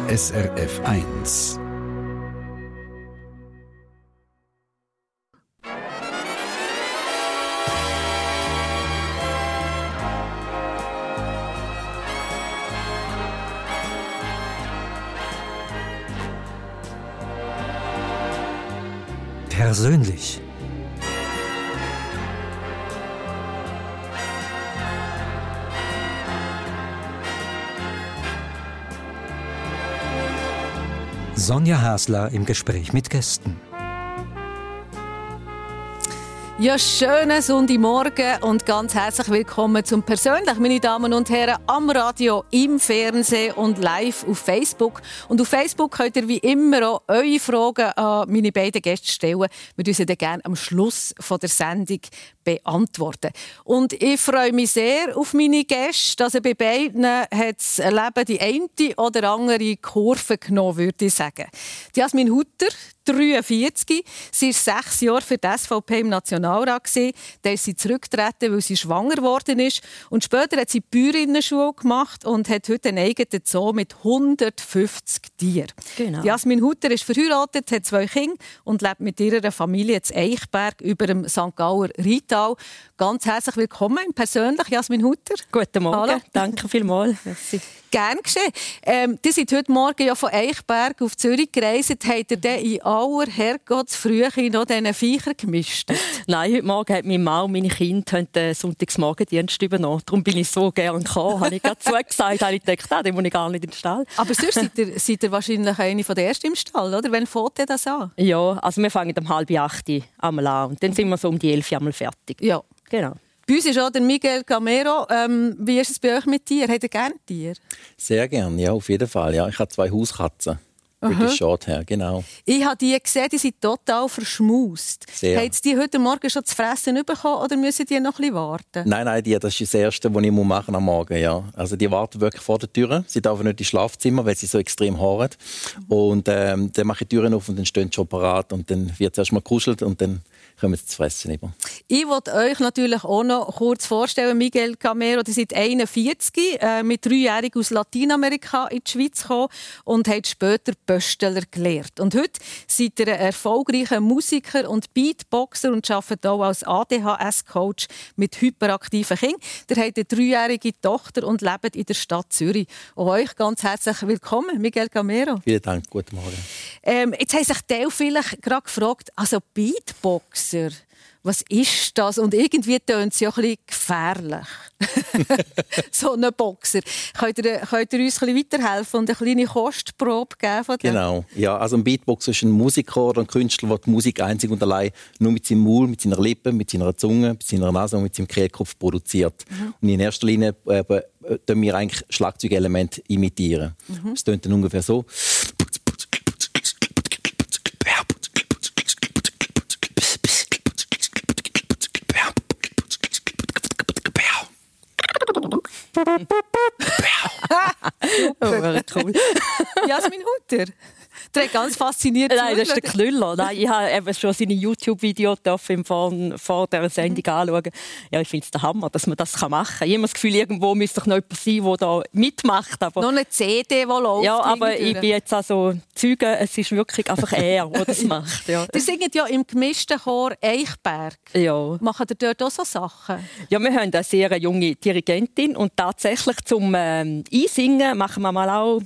SRF 1. Persönlich. Sonja Hasler im Gespräch mit Gästen. Ja, schönen Sonntagmorgen und ganz herzlich willkommen zum Persönlich, meine Damen und Herren, am Radio, im Fernsehen und live auf Facebook. Und auf Facebook könnt ihr wie immer auch eure Fragen an meine beiden Gäste stellen. Wir sie dann gerne am Schluss von der Sendung beantworten. Und ich freue mich sehr auf meine Gäste. Also bei beiden hat das Leben die eine oder andere Kurve genommen, würde ich sagen. Die Jasmin Hutter, 43. Sie war 6 Jahre für die SVP im Nationalrat. Dann ist sie zurückgetreten, weil sie schwanger geworden ist. Und später hat sie die Bäuerinnenschule gemacht und hat heute einen eigenen Zoo mit 150 Tieren. Genau. Jasmin Hutter ist verheiratet, hat 2 Kinder und lebt mit ihrer Familie in Eichberg über dem St. Gauer Rheintal. Ganz herzlich willkommen im Persönlich, Jasmin Hutter. Guten Morgen, hallo. Danke vielmals. Merci. Gern geschehen. Die sind heute Morgen ja von Eichberg auf Zürich gereist. Habt ihr denn in aller Herrgottsfrühe noch diesen Viecher gemischt? Nein, heute Morgen hat meine Mann und meine Kinder den Sonntagsmorgendienst übernommen. Darum bin ich so gerne gekommen. Habe ich gerade zugesagt, habe ich gedacht, den muss ich gar nicht in den Stall. Aber sonst seid ihr wahrscheinlich eine der Ersten im Stall, oder? Wann fängt ihr das an? Ja, also wir fangen um 7:30 einmal an. Und dann sind wir so um die 11 einmal fertig. Ja. Genau. Bei uns ist auch der Miguel Camero. Wie ist es bei euch mit Tieren? Habt ihr gerne Tiere? Sehr gerne, ja, auf jeden Fall. Ja. Ich habe 2 Hauskatzen. Wirklich short her, genau. Ich habe die gesehen, die sind total verschmaust. Haben Sie die heute Morgen schon zu fressen bekommen oder müssen die noch ein bisschen warten? Nein, das ist das Erste, was ich machen muss am Morgen. Ja. Also die warten wirklich vor der Tür. Sie dürfen nicht ins Schlafzimmer, weil sie so extrem haaren. Und dann mache ich die Türen auf und dann stehen sie schon parat. Und dann wird es erst mal gekuschelt und dann kommen sie zu fressen. Über. Ich wollte euch natürlich auch noch kurz vorstellen, Miguel Camero, ihr seid 41, mit 3-jährig aus Lateinamerika in die Schweiz gekommen und habt später Pöstler gelernt. Und heute seid ihr ein erfolgreicher Musiker und Beatboxer und arbeitet auch als ADHS-Coach mit hyperaktiven Kindern. Ihr habt eine 3-jährige Tochter und lebt in der Stadt Zürich. Auch euch ganz herzlich willkommen, Miguel Camero. Vielen Dank, guten Morgen. Jetzt haben sich die vielleicht gerade gefragt, also Beatboxer, was ist das? Und irgendwie tönt es ja ein bisschen gefährlich. So ein Boxer. Könnt ihr uns ein bisschen weiterhelfen und eine kleine Kostprobe geben von dem? Genau. Ja, also ein Beatboxer ist ein Musiker oder ein Künstler, der die Musik einzig und allein nur mit seinem Maul, mit seiner Lippe, mit seiner Zunge, mit seiner Nase und mit seinem Kehlkopf produziert. Und in erster Linie tun wir eigentlich Schlagzeugelemente imitieren. Es tönt dann ungefähr so. Oh, cool. Jasmin Hutter. Der hat ganz fasziniert. Nein, das ist der Knüller. Nein, ich habe eben schon seine YouTube-Videos vor dieser Sendung anschauen. Ja, ich finde es der Hammer, dass man das machen kann. Ich habe das Gefühl, irgendwo müsste doch noch jemand sein, der da mitmacht. Aber noch eine CD, die läuft. Ja, aber ich bin jetzt also Zeuge, es ist wirklich einfach er, der das macht. Ja. Ihr singt ja im gemischten Chor Eichberg. Ja. Machen ihr dort auch so Sachen? Ja, wir haben eine sehr junge Dirigentin und tatsächlich zum Einsingen machen wir mal auch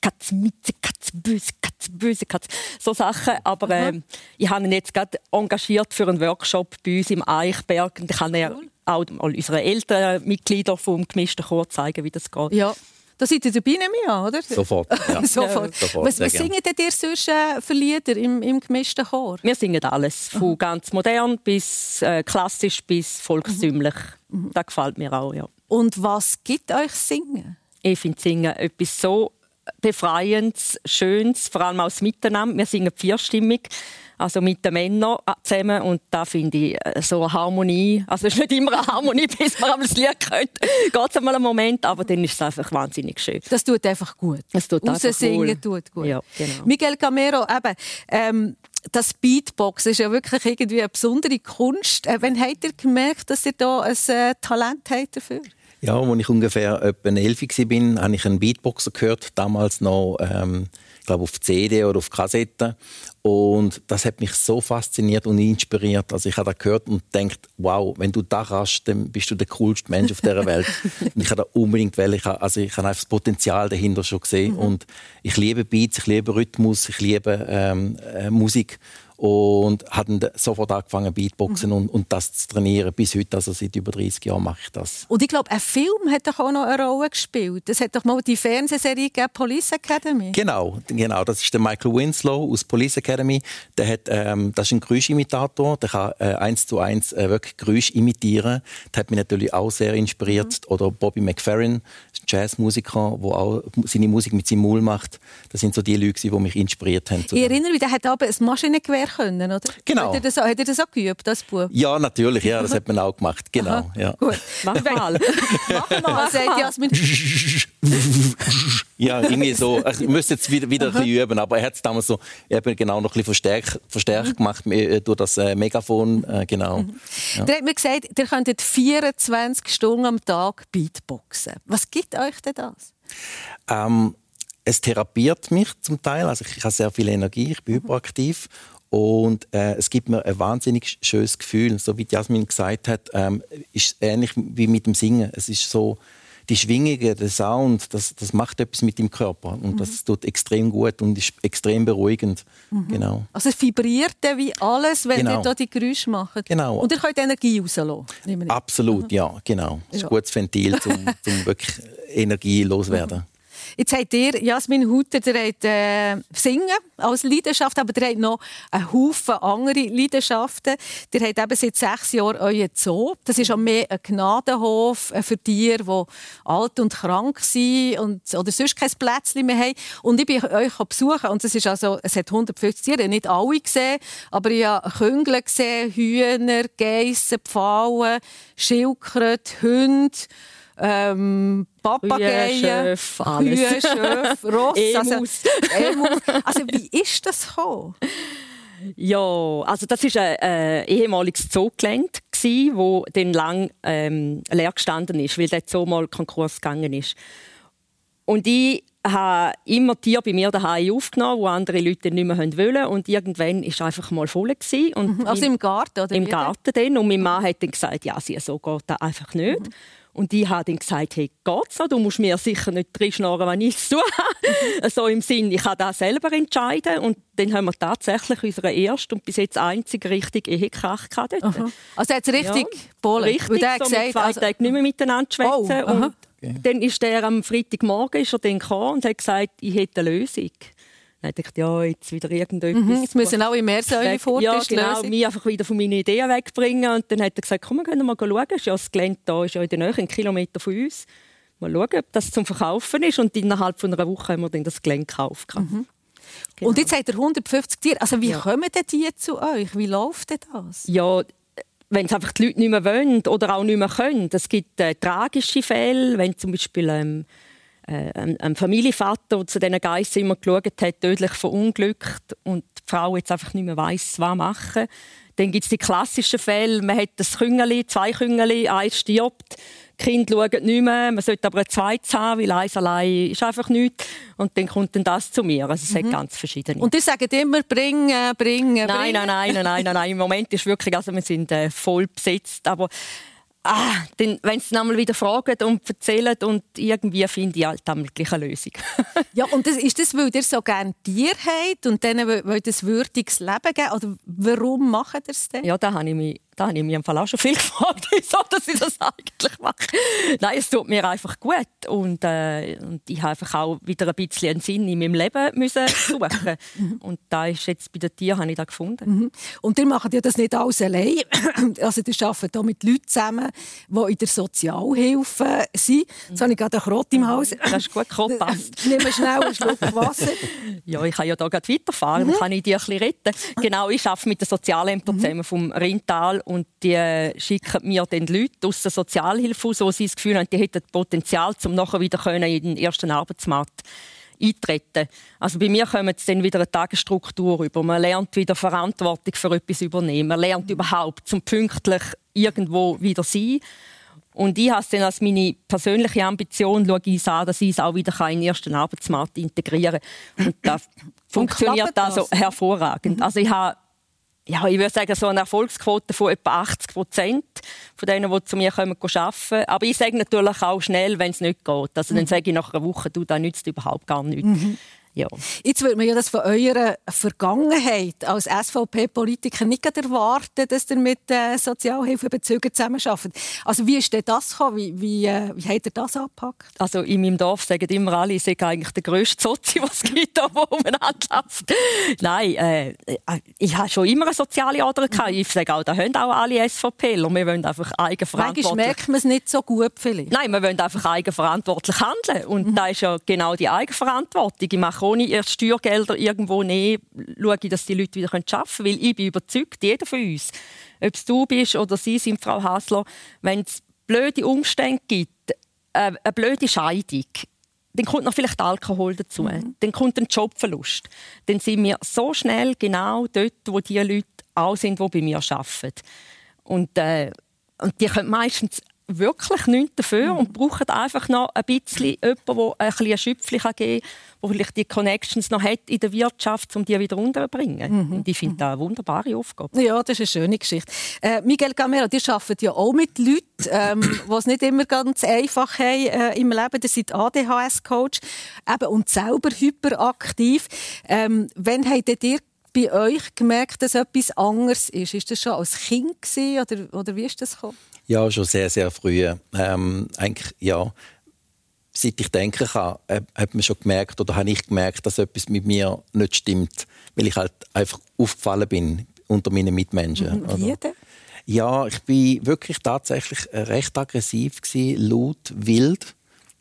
böse Katze, so Sachen. Aber ich habe ihn jetzt gerade engagiert für einen Workshop bei uns im Eichberg. Und ich kann ja auch unseren älteren Mitgliedern vom gemischten Chor zeigen, wie das geht. Ja. Da seid ihr dabei, nehme ich an, oder? Sofort, ja. Sofort. Was singt ihr sonst für Lieder im gemischten Chor? Wir singen alles, von ganz modern bis klassisch bis volkstümlich. Das gefällt mir auch, ja. Und was gibt euch Singen? Ich finde Singen etwas so Befreiendes, Schönes, vor allem auch das Miteinander. Wir singen vierstimmig, also mit den Männern zusammen. Und da finde ich so eine Harmonie. Also es ist nicht immer eine Harmonie, bis man das Lied kennt. Geht es einmal einen Moment, aber dann ist es einfach wahnsinnig schön. Das tut einfach gut. Es tut einfach singen tut gut. Ja, genau. Miguel Camero, eben, das Beatbox ist ja wirklich irgendwie eine besondere Kunst. Wann habt ihr gemerkt, dass ihr da ein Talent habt dafür? Ja, als ich ungefähr etwa 11 war, habe ich einen Beatboxer gehört, damals noch ich glaube auf CD oder auf Kassette. Und das hat mich so fasziniert und inspiriert. Also ich habe das gehört und gedacht, wow, wenn du das kannst, dann bist du der coolste Mensch auf dieser Welt. Und ich habe das unbedingt wollen. Ich habe einfach das Potenzial dahinter schon gesehen. Und ich liebe Beats, ich liebe Rhythmus, ich liebe Musik. Und habe dann sofort angefangen Beatboxen und das zu trainieren bis heute. Also seit über 30 Jahren mache ich das. Und ich glaube, ein Film hat doch auch noch eine Rolle gespielt. Es hat doch mal die Fernsehserie gegeben, Police Academy. Genau. Das ist der Michael Winslow aus Police Academy. Das ist ein Geräuschimitator. Der kann 1:1 wirklich Geräusche imitieren. Das hat mich natürlich auch sehr inspiriert. Oder Bobby McFerrin, ein Jazzmusiker, der auch seine Musik mit seinem Maul macht. Das sind so die Leute, die mich inspiriert haben. Ich erinnere mich, der hat aber ein Maschinengewehr können, oder? Genau. Hat er das auch geübt, das Buch? Ja, natürlich. Ja, das hat man auch gemacht. Genau. Ja. Gut. Mach mal. Was sagt Jasmin? Ja, irgendwie so. Ich müsste jetzt wieder ein bisschen üben, aber er hat es damals so eben genau noch ein bisschen verstärkt gemacht durch das Megafon. Genau. Ja. Der hat mir gesagt, ihr könntet 24 Stunden am Tag Beatboxen. Was gibt euch denn das? Es therapiert mich zum Teil. Also ich habe sehr viel Energie, ich bin hyperaktiv. Und es gibt mir ein wahnsinnig schönes Gefühl. So wie Jasmin gesagt hat, ist es ähnlich wie mit dem Singen. Es ist so, die Schwingungen, der Sound, das macht etwas mit dem Körper. Und das tut extrem gut und ist extrem beruhigend. Genau. Also es vibriert wie alles, wenn ihr da die Geräusche macht. Genau. Und ihr könnt Energie rauslassen. Absolut, ja, genau. Das ist ein gutes Ventil, um wirklich Energie loszuwerden. Jetzt habt ihr, Jasmin Hutter, ihr habt Singen als Leidenschaft, aber ihr habt noch einen Haufen andere Leidenschaften. Ihr habt eben seit 6 Jahren euren Zoo. Das ist auch mehr ein Gnadenhof für Tiere, die alt und krank sind oder sonst kein Plätzchen mehr haben. Und ich bin euch besuchen und es hat 150 Tiere, nicht alle gesehen, aber ich habe Küngel gesehen, Hühner, Geissen, Pfauen, Schildkröte, Hunde, Papageien, Kühe, Schöfe, Ross, Emus. Also wie ist das gekommen? Ja, also das war ein ehemaliges Zoogelände, das dann lang leer gestanden ist, weil der Zoo mal Konkurs gegangen ist. Und ich habe immer Tiere bei mir daheim aufgenommen, die andere Leute nicht mehr wollen. Und irgendwann war es einfach mal voll. Und also im Garten? Oder im Garten dann. Und mein Mann hat dann gesagt, ja, so geht das einfach nicht. Und ich habe dann gesagt, hey, geht's noch? Du musst mir sicher nicht reinschnarren, wenn ich es tue. So im Sinn, ich kann das selber entscheiden. Und dann haben wir tatsächlich unseren ersten und bis jetzt einzigen richtigen Ehekrach gehabt dort. Also hat es richtig Bolle? Richtig, der so gesagt, mit 2 Tagen nicht mehr miteinander schwätzen. Und dann ist der am Freitagmorgen gekommen und hat gesagt, ich hätte eine Lösung. Dann dachte ich, ja, jetzt wieder irgendetwas. Jetzt müssen auch im Meersäule fort. Ja, genau, mich einfach wieder von meinen Ideen wegbringen. Und dann hat er gesagt, komm, wir gehen mal schauen. Das Gelände da ist ja in der Nähe, 1 Kilometer von uns. Mal schauen, ob das zum Verkaufen ist. Und innerhalb von einer Woche haben wir dann das Gelände gekauft. Genau. Und jetzt habt ihr 150 Tiere. Also wie kommen denn die zu euch? Wie läuft denn das? Ja, wenn es einfach die Leute nicht mehr wollen oder auch nicht mehr können. Es gibt tragische Fälle, wenn zum Beispiel ein Familienvater, der zu diesen Geissen immer geschaut hat, tödlich verunglückt und die Frau jetzt einfach nicht mehr weiss, was machen. Dann gibt es die klassischen Fälle, man hat 2 Küngeli, eins stirbt, die Kinder schauen nicht mehr, man sollte aber ein zweites haben, weil eins allein ist einfach nichts. Und dann kommt dann das zu mir. Also es hat ganz verschiedene. Und die sagen immer, bringen. Nein. Im Moment ist wirklich, also wir sind voll besetzt, aber dann, wenn sie dann wieder fragen und erzählen und irgendwie finde ich halt eine Lösung. Ja, und ist das, weil ihr so gerne Tiere habt und denen wollt ein würdiges Leben geben? Oder warum macht ihr es denn? Ja, da habe ich mich im Fall auch schon viel gefragt, wieso dass ich das eigentlich mache. Nein, es tut mir einfach gut. Und ich habe einfach auch wieder ein bisschen einen Sinn in meinem Leben müssen suchen. Und da ist jetzt bei den Tieren habe ich das gefunden. Und ihr macht ja das nicht alles allein. Also ihr arbeitet hier mit Leuten zusammen, die in der Sozialhilfe sind. Jetzt habe ich gerade einen Krott im Haus. Das ist gut, Krott passt. Nehmen wir schnell einen Schluck Wasser. Ja, ich kann ja hier gerade weiterfahren, dann kann ich die ein bisschen retten. Genau, ich arbeite mit den Sozialämtern zusammen vom Rheintal und die schicken mir dann Leute aus der Sozialhilfe aus, wo sie das Gefühl haben, die hätten Potenzial, um nachher wieder in den ersten Arbeitsmarkt eintreten. Also bei mir kommt dann wieder eine Tagesstruktur über. Man lernt wieder Verantwortung für etwas übernehmen. Man lernt überhaupt zum pünktlich irgendwo wieder sein. Und ich habe es dann als meine persönliche Ambition, schaue ich an, dass ich es auch wieder in den ersten Arbeitsmarkt integrieren kann. Und das funktioniert also hervorragend. Also ich habe, ich würde sagen, so eine Erfolgsquote von etwa 80% von denen, die zu mir kommen, arbeiten. Aber ich sage natürlich auch schnell, wenn es nicht geht. Also dann sage ich nach einer Woche, du, das nützt überhaupt gar nichts. Ja. Jetzt würde man ja das von eurer Vergangenheit als SVP-Politiker nicht erwarten, dass ihr mit Sozialhilfebezügern zusammenarbeitet. Also wie ist denn das gekommen? Wie habt ihr das angepackt? Also in meinem Dorf sagen immer alle, ich sei eigentlich der grösste Sozi, was es gibt, der umeinander läuft. Nein, ich habe schon immer eine soziale Ader gehabt. Ich sage auch, da haben auch alle SVPler. Wir wollen einfach eigenverantwortlich... Manchmal merkt man es nicht so gut vielleicht. Nein, wir wollen einfach eigenverantwortlich handeln. Und da ist ja genau die Eigenverantwortung. Ich mache ohne erst Steuergelder irgendwo nehmen, schaue ich, dass die Leute wieder arbeiten können. Weil ich bin überzeugt, jeder von uns, ob es du bist oder Sie sind, Frau Hasler, wenn es blöde Umstände gibt, eine blöde Scheidung, dann kommt noch vielleicht Alkohol dazu, dann kommt ein Jobverlust. Dann sind wir so schnell genau dort, wo die Leute auch sind, die bei mir arbeiten. Und die können meistens wirklich nichts dafür und brauchen einfach noch ein bisschen jemanden, der ein Schüpfchen geben kann, der vielleicht die Connections noch hat in der Wirtschaft, um die wieder unterzubringen. Und ich finde das eine wunderbare Aufgabe. Ja, das ist eine schöne Geschichte. Miguel Gamero, ihr arbeitet ja auch mit Leuten, die es nicht immer ganz einfach haben im Leben. Ihr seid ADHS-Coach und selber hyperaktiv. Wann habt ihr bei euch gemerkt, dass etwas anderes ist? Ist das schon als Kind gewesen, oder wie ist das gekommen? Ja, schon sehr, sehr früh. Eigentlich, ja, seit ich denken kann, hat man schon gemerkt, oder habe ich gemerkt, dass etwas mit mir nicht stimmt, weil ich halt einfach aufgefallen bin unter meinen Mitmenschen. Wie denn? Ja, ich bin wirklich tatsächlich recht aggressiv gewesen, laut, wild.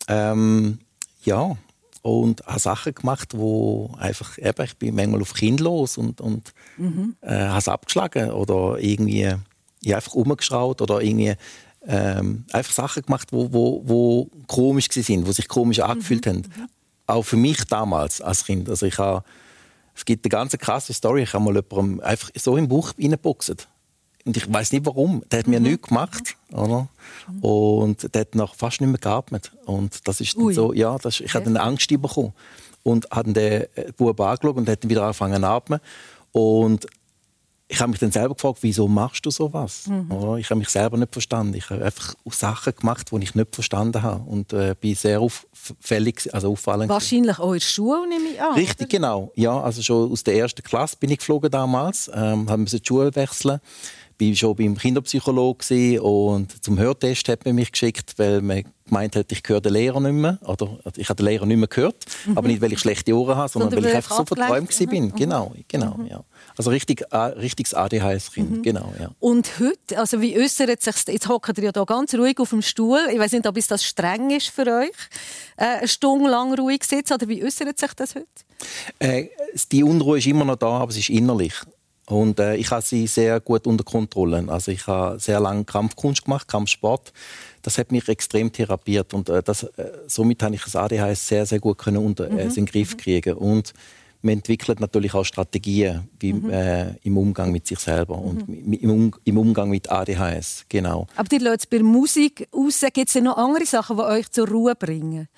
Ja, und habe Sachen gemacht, wo einfach, ich bin manchmal auf Kinder los und habe es abgeschlagen oder irgendwie einfach rumgeschraut oder irgendwie einfach Sachen gemacht, wo komisch waren, wo sich komisch angefühlt haben. Auch für mich damals als Kind. Also es gibt eine ganz krasse Story. Ich habe mal jemandem einfach so im Bauch reingeboxt. Und ich weiß nicht warum. Der hat mir nichts gemacht. Oder? Und der hat noch fast nicht mehr geatmet. Und das ist dann so, ja, ich hatte eine Angst bekommen. Und habe den Buben angeschaut und hat dann wieder angefangen zu atmen. Und ich habe mich dann selber gefragt, wieso machst du sowas? Ich habe mich selber nicht verstanden. Ich habe einfach Sachen gemacht, die ich nicht verstanden habe. Und bin sehr auffällig, also auffallend. Wahrscheinlich auch in der Schule, nehme ich an. Richtig, oder? Genau. Ja, also schon aus der ersten Klasse bin ich geflogen damals. Haben die Schule wechseln. Ich war schon beim Kinderpsychologen und zum Hörtest hat man mich geschickt, weil man gemeint hat, ich höre den Lehrer nicht mehr. Oder ich habe den Lehrer nicht mehr gehört. Aber nicht, weil ich schlechte Ohren habe, sondern weil ich einfach so verträumt war. Genau. Ja. Also richtiges ADHS-Kind. Genau, ja. Und heute, also wie äußert sich, jetzt hockt ihr ja da ganz ruhig auf dem Stuhl. Ich weiss nicht, ob es das streng ist für euch, eine Stunde lang ruhig zu sitzen, oder wie äußert sich das heute? Die Unruhe ist immer noch da, aber es ist innerlich. Und ich habe sie sehr gut unter Kontrolle. Also ich habe sehr lange Kampfkunst gemacht, Kampfsport. Das hat mich extrem therapiert und somit habe ich das ADHS sehr, sehr gut in den Griff kriegen. Und man entwickelt natürlich auch Strategien im Umgang mit sich selber und im Umgang mit ADHS. Genau. Aber ihr lasst bei Musik raus. Gibt es denn noch andere Sachen, die euch zur Ruhe bringen?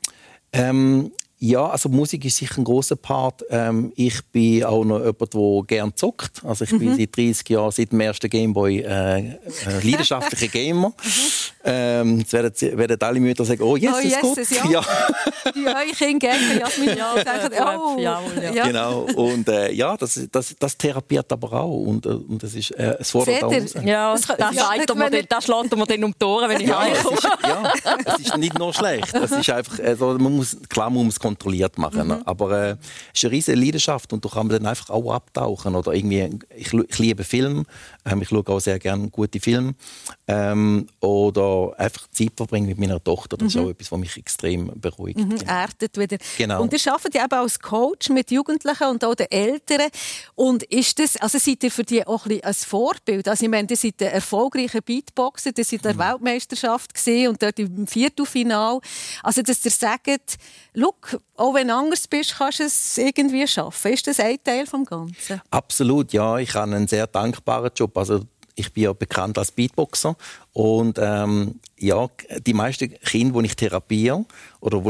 Ja, also Musik ist sicher ein grosser Part. Ich bin auch noch jemand, der gerne zockt. Also ich bin seit 30 Jahren, seit dem ersten Gameboy, leidenschaftlicher Gamer. Jetzt werden alle Mütter sagen, oh, Jesus Gott. Ja. Die euch gerne, Jasmin. Ja. Genau. Und das therapiert aber auch. Und das ist es fordert auch raus. Ja, das schlägt mir dann um die Ohren, wenn ich heimkomme. Es ist nicht nur schlecht. Es ist einfach, also man muss es kontrolliert machen. Aber es ist eine riesige Leidenschaft und da kann man dann einfach auch abtauchen. Oder irgendwie, ich liebe Film. Ich schaue auch sehr gerne gute Filme. Oder einfach Zeit verbringen mit meiner Tochter. Das ist auch etwas, was mich extrem beruhigt. Erdet wieder. Genau. Und ihr arbeitet ja eben als Coach mit Jugendlichen und auch den Eltern. Und ist das, also seid ihr für die auch ein Vorbild? Also ich meine, ihr seid ein erfolgreicher Beatboxer, ihr seid in der Weltmeisterschaft gesehen und dort im Viertelfinale. Also dass ihr sagt, look, auch wenn du anders bist, kannst du es irgendwie schaffen. Ist das ein Teil vom Ganzen? Absolut, ja. Ich habe einen sehr dankbaren Job. Also ich bin ja bekannt als Beatboxer und die meisten Kinder, die ich therapiere oder wo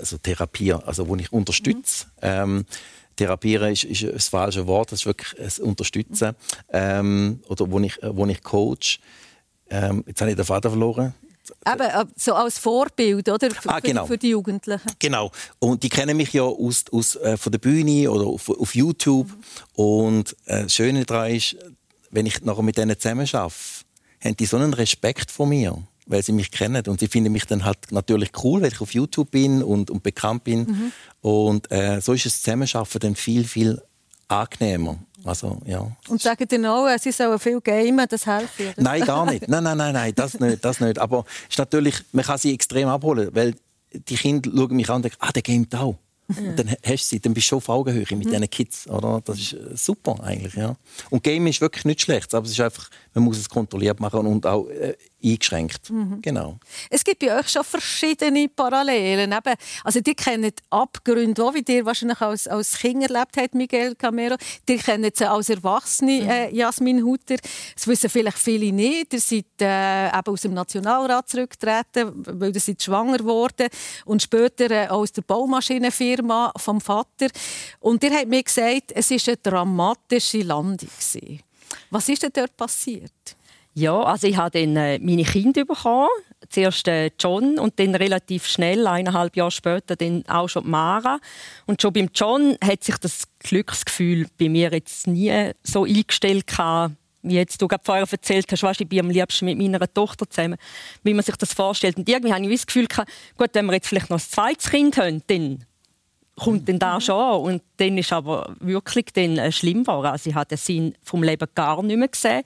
ich unterstütze, therapieren ist das falsche Wort, das ist wirklich ein Unterstützen, oder wo ich coach. Jetzt habe ich den Faden verloren. Eben, so als Vorbild, oder? Für die Jugendlichen. Genau. Und die kennen mich ja von der Bühne oder auf YouTube. Und das Schöne daran ist, wenn ich nachher mit denen zusammen arbeite, haben die so einen Respekt vor mir, weil sie mich kennen. Und sie finden mich dann halt natürlich cool, weil ich auf YouTube bin und bekannt bin. Und so ist das Zusammenarbeiten dann viel, viel angenehmer. Also, ja. Und sagen dir auch, sie sollen viel gamen, das hilft dir? Nein, gar nicht. Nein, das nicht. Aber es ist natürlich, man kann sie extrem abholen, weil die Kinder schauen mich an und denken, der gamet auch. Und dann hast du sie, dann bist du schon auf Augenhöhe mit diesen Kids. Oder? Das ist super eigentlich. Ja. Und Game ist wirklich nicht schlecht, aber es ist einfach, man muss es kontrolliert machen und auch eingeschränkt. Genau. Es gibt bei euch schon verschiedene Parallelen. Eben, also die kennen Abgründe, auch wie ihr wahrscheinlich als Kind erlebt habt, Miguel Camero. Die kennen sie als Erwachsene, Jasmin Hutter. Das wissen vielleicht viele nicht. Ihr seid eben aus dem Nationalrat zurückgetreten, weil ihr seid schwanger geworden und später aus der Baumaschinenfirma vom Vater. Und ihr habt mir gesagt, es war eine dramatische Landung. Was ist denn dort passiert? Ja, also ich habe dann meine Kinder bekommen. Zuerst John und dann relativ schnell, 1,5 Jahre später, dann auch schon Mara. Und schon beim John hat sich das Glücksgefühl bei mir jetzt nie so eingestellt, wie jetzt du gerade vorher erzählt hast, weißt, ich bin am liebsten mit meiner Tochter zusammen, wie man sich das vorstellt. Und irgendwie habe ich das Gefühl gehabt, gut, wenn wir jetzt vielleicht noch ein zweites Kind haben, dann kommt dann da schon. Und dann ist aber wirklich dann schlimm geworden. Also ich habe den Sinn vom Leben gar nicht mehr gesehen.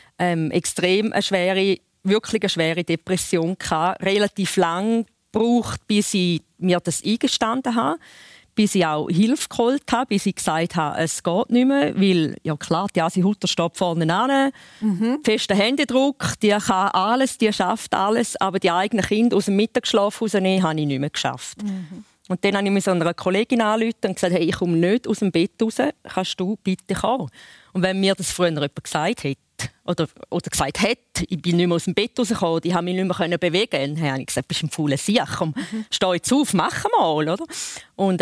Extrem wirklich eine schwere Depression gehabt. Relativ lang gebraucht, bis ich mir das eingestanden habe, bis ich auch Hilfe geholt habe, bis ich gesagt habe, es geht nicht mehr, weil, ja klar, die Asi Hutter steht vorne an, fester Händedruck, die kann alles, die schafft alles, aber die eigenen Kinder aus dem Mittagsschlaf rausnehmen, habe ich nicht mehr geschafft. Und dann habe ich mich einer Kollegin angerufen und gesagt, hey, ich komme nicht aus dem Bett raus, kannst du bitte kommen? Und wenn mir das früher jemand gesagt hätte, oder gesagt hat, ich bin nicht mehr aus dem Bett rausgekommen, ich konnte mich nicht mehr bewegen, dann habe ich gesagt, bist du ein fauler Sieg, komm, steh jetzt auf, mach mal. Oder? Und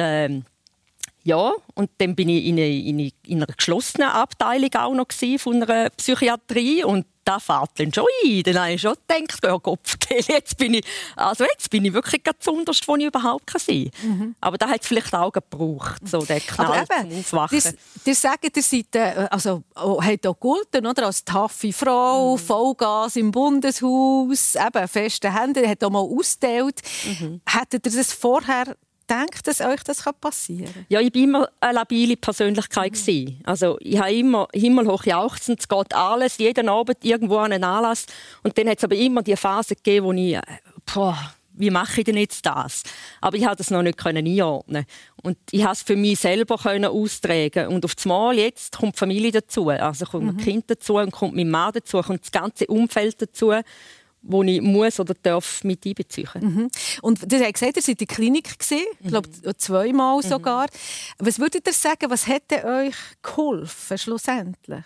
und dann bin ich in einer geschlossenen Abteilung auch noch von einer Psychiatrie und da fährt dann schon ein. Dann habe ich schon gedacht, ja, Kopf, jetzt bin ich wirklich ganz zuunterst, wo ich überhaupt sein kann. Aber da hat es vielleicht auch gebraucht, so der Knall zum Aufwachen. Ihr sagt, ihr seid, habt auch gegolten, oder? Als taffe Frau, Vollgas im Bundeshaus, eben feste Hände, hat auch mal ausgeteilt. Hättet ihr das vorher gedacht, dass euch das passieren kann? Ja, ich war immer eine labile Persönlichkeit. Also, ich habe immer himmelhoch jauchzend, es geht alles, jeden Abend irgendwo an einen Anlass. Und dann hat es aber immer die Phase gegeben, wo ich, wie mache ich denn jetzt das? Aber ich konnte das noch nicht einordnen. Und ich konnte es für mich selber austragen. Und auf einmal jetzt kommt die Familie dazu. Also kommt mein Kind dazu und kommt mein Mann dazu, kommt das ganze Umfeld dazu, wo ich muss oder darf mit einbeziehen. Und ihr habt gesagt, ihr seid in der Klinik gewesen, ich glaube 2-mal sogar. Was würdet ihr sagen, was hätte euch geholfen schlussendlich?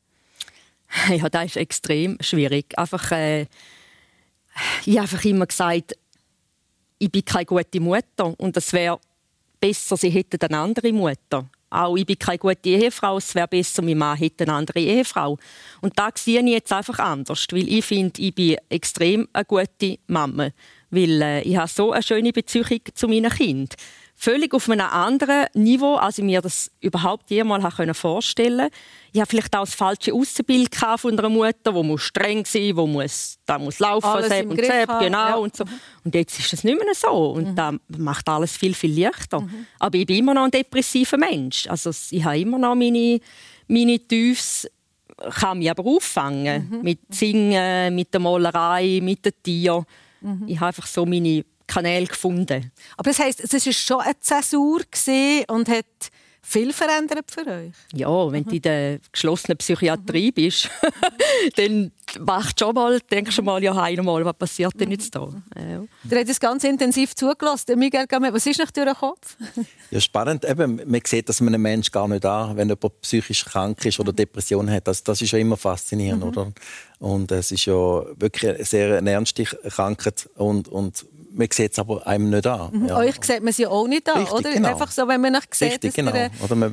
Ja, das ist extrem schwierig. Ich habe einfach immer gesagt, ich bin keine gute Mutter und es wäre besser, sie hätten eine andere Mutter. Auch ich bin keine gute Ehefrau, es wäre besser, mein Mann hätte eine andere Ehefrau. Und da sehe ich jetzt einfach anders, weil ich finde, ich bin extrem eine gute Mama, weil ich habe so eine schöne Beziehung zu meinen Kindern. Völlig auf einem anderen Niveau, als ich mir das überhaupt jemals vorstellen konnte. Ich habe vielleicht auch das falsche Aussenbild von einer Mutter, die streng sein muss, da muss laufen, und genau ja. und so. Und jetzt ist das nicht mehr so und das macht alles viel, viel leichter. Aber ich bin immer noch ein depressiver Mensch. Also ich habe immer noch meine Tiefs, kann mich aber auffangen mit Singen, mit der Malerei, mit den Tieren. Ich habe einfach so meine Kanäle gefunden. Aber das heisst, es war schon eine Zäsur und hat viel verändert für euch? Ja, wenn du in der geschlossenen Psychiatrie bist, dann denkst du mal, ja, einmal, was passiert denn jetzt da? Ja. Der hat es ganz intensiv zugelassen. Miguel Gamero, was ist nicht durch den Kopf? Ja, spannend. Eben, man sieht das einem Menschen gar nicht an, wenn jemand psychisch krank ist oder Depressionen hat. Das ist ja immer faszinierend, oder? Und es ist ja wirklich eine sehr ernste Krankheit und man sieht es aber einem nicht an. Ja. Euch sieht man sie auch nicht an, Richtig, oder? genau. Einfach so, wenn man nicht sieht, Richtig, genau. Oder man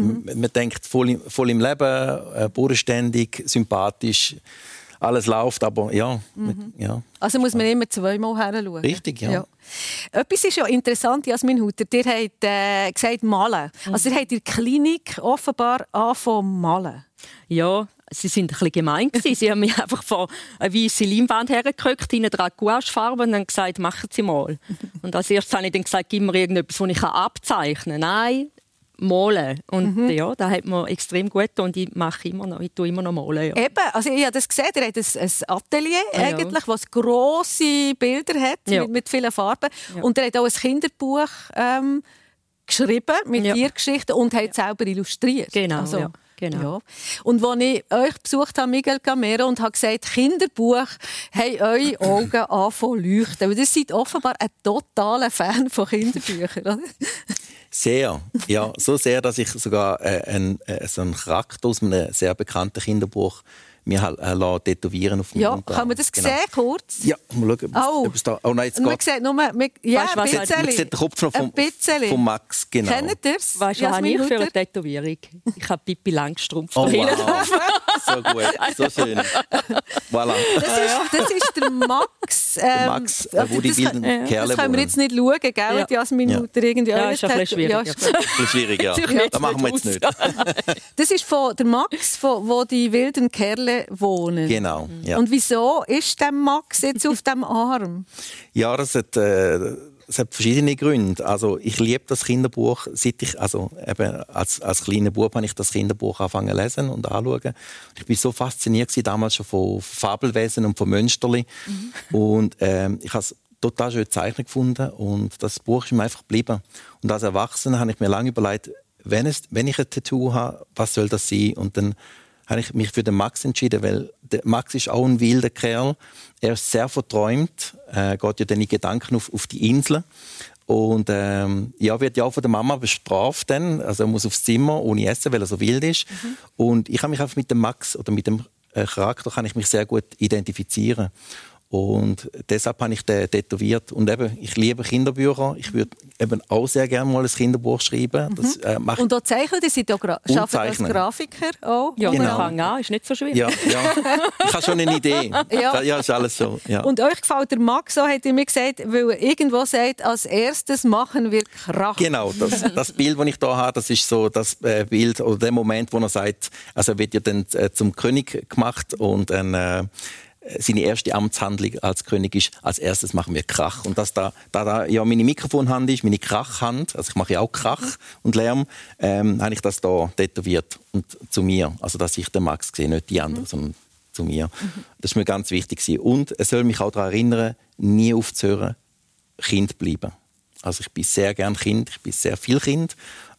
denkt voll im Leben, bodenständig, sympathisch, alles läuft, aber ja. Ja. Also muss man immer zweimal hinschauen. Richtig, ja. Etwas ist ja interessant, Jasmin Hutter. Ihr habt gesagt, malen. Also ihr habt in der Klinik offenbar angefangen malen. Ja, sie waren ein bisschen gemein. Sie haben mich einfach vor eine weisse Leinwand hergerückt, hinten dran Gouachefarbe und dann gesagt, machen Sie mal. Und als erstes habe ich dann gesagt, gib mir irgendetwas, das ich abzeichnen kann. Nein, malen. Und ja, das hat mir extrem gut getan und ich tue immer noch malen. Ja. Eben, also ich habe das gesehen, ihr habt ein Atelier, eigentlich, das grosse Bilder hat, mit vielen Farben. Ja. Und ihr habt auch ein Kinderbuch geschrieben mit Tiergeschichten und habt selber illustriert. Genau, also, ja. Genau. Ja. Und als ich euch besucht habe, Miguel Gamero, und habe gesagt, Kinderbuch, haben eure Augen angefangen zu leuchten. Weil ihr seid offenbar ein totaler Fan von Kinderbüchern, oder? Sehr, ja, so sehr, dass ich sogar so einen Charakter aus einem sehr bekannten Kinderbuch mir tätowieren auf dem Ja, Unterarm. kann man das sehen, kurz? Ja, mal schauen, ob es da... Oh nein, jetzt man geht... sieht nur... Ja, man sieht den Kopf noch von Max, genau. Kennt ihr es? Weißt du, was habe ich für eine Tätowierung? Ich habe Pippi Langstrumpf. Oh, wow. So gut, so schön. Voilà. Das ist der Max. Der Max, wo die wilden Kerle Das können wir jetzt nicht schauen, gell? Ja. Jasmin Hutter irgendwie. Ja, ist ein bisschen schwierig. Ja, ein bisschen schwierig, ja. Das machen wir jetzt nicht. Das ist von der Max, wo die wilden Kerle wohnen. Genau, ja. Und wieso ist der Max jetzt auf dem Arm? Ja, das hat verschiedene Gründe. Also ich liebe das Kinderbuch, seit ich, also eben als kleiner Bub habe ich das Kinderbuch angefangen zu lesen und anschauen. Ich war so fasziniert damals schon von Fabelwesen und von Mönsterli. Und ich habe es total schön gezeichnet gefunden und das Buch ist mir einfach geblieben. Und als Erwachsener habe ich mir lange überlegt, wenn ich ein Tattoo habe, was soll das sein? Und dann habe ich mich für den Max entschieden, weil der Max ist auch ein wilder Kerl. Er ist sehr verträumt, geht ja dann in Gedanken auf die Insel. Und wird ja auch von der Mama bestraft dann. Also er muss aufs Zimmer ohne Essen, weil er so wild ist. Und ich kann mich einfach mit dem Max oder mit dem Charakter kann ich mich sehr gut identifizieren. Und deshalb habe ich den tätowiert. Und eben, ich liebe Kinderbücher. Ich würde eben auch sehr gerne mal ein Kinderbuch schreiben. Das, und auch zeichnen, die sind arbeitet als Grafiker auch. Ja, genau. Fang an, ist nicht so schwierig. Ja. Ich habe schon eine Idee. Ja, ist alles so. Ja. Und euch gefällt der Max, so hat er mir gesagt, weil er irgendwo sagt, als erstes machen wir Krach. Genau, das Bild, das ich hier habe, das ist so das Bild oder der Moment, wo er sagt, also er wird ja dann zum König gemacht und dann seine erste Amtshandlung als König ist, als erstes machen wir Krach. Und dass da ja meine Mikrofonhand ist, meine Krachhand, also ich mache ja auch Krach und Lärm, habe ich das da tätowiert und zu mir. Also dass ich den Max sehe, nicht die anderen, sondern zu mir. Das ist mir ganz wichtig. Und es soll mich auch daran erinnern, nie aufzuhören, Kind bleiben. Also ich bin sehr gern Kind, ich bin sehr viel Kind.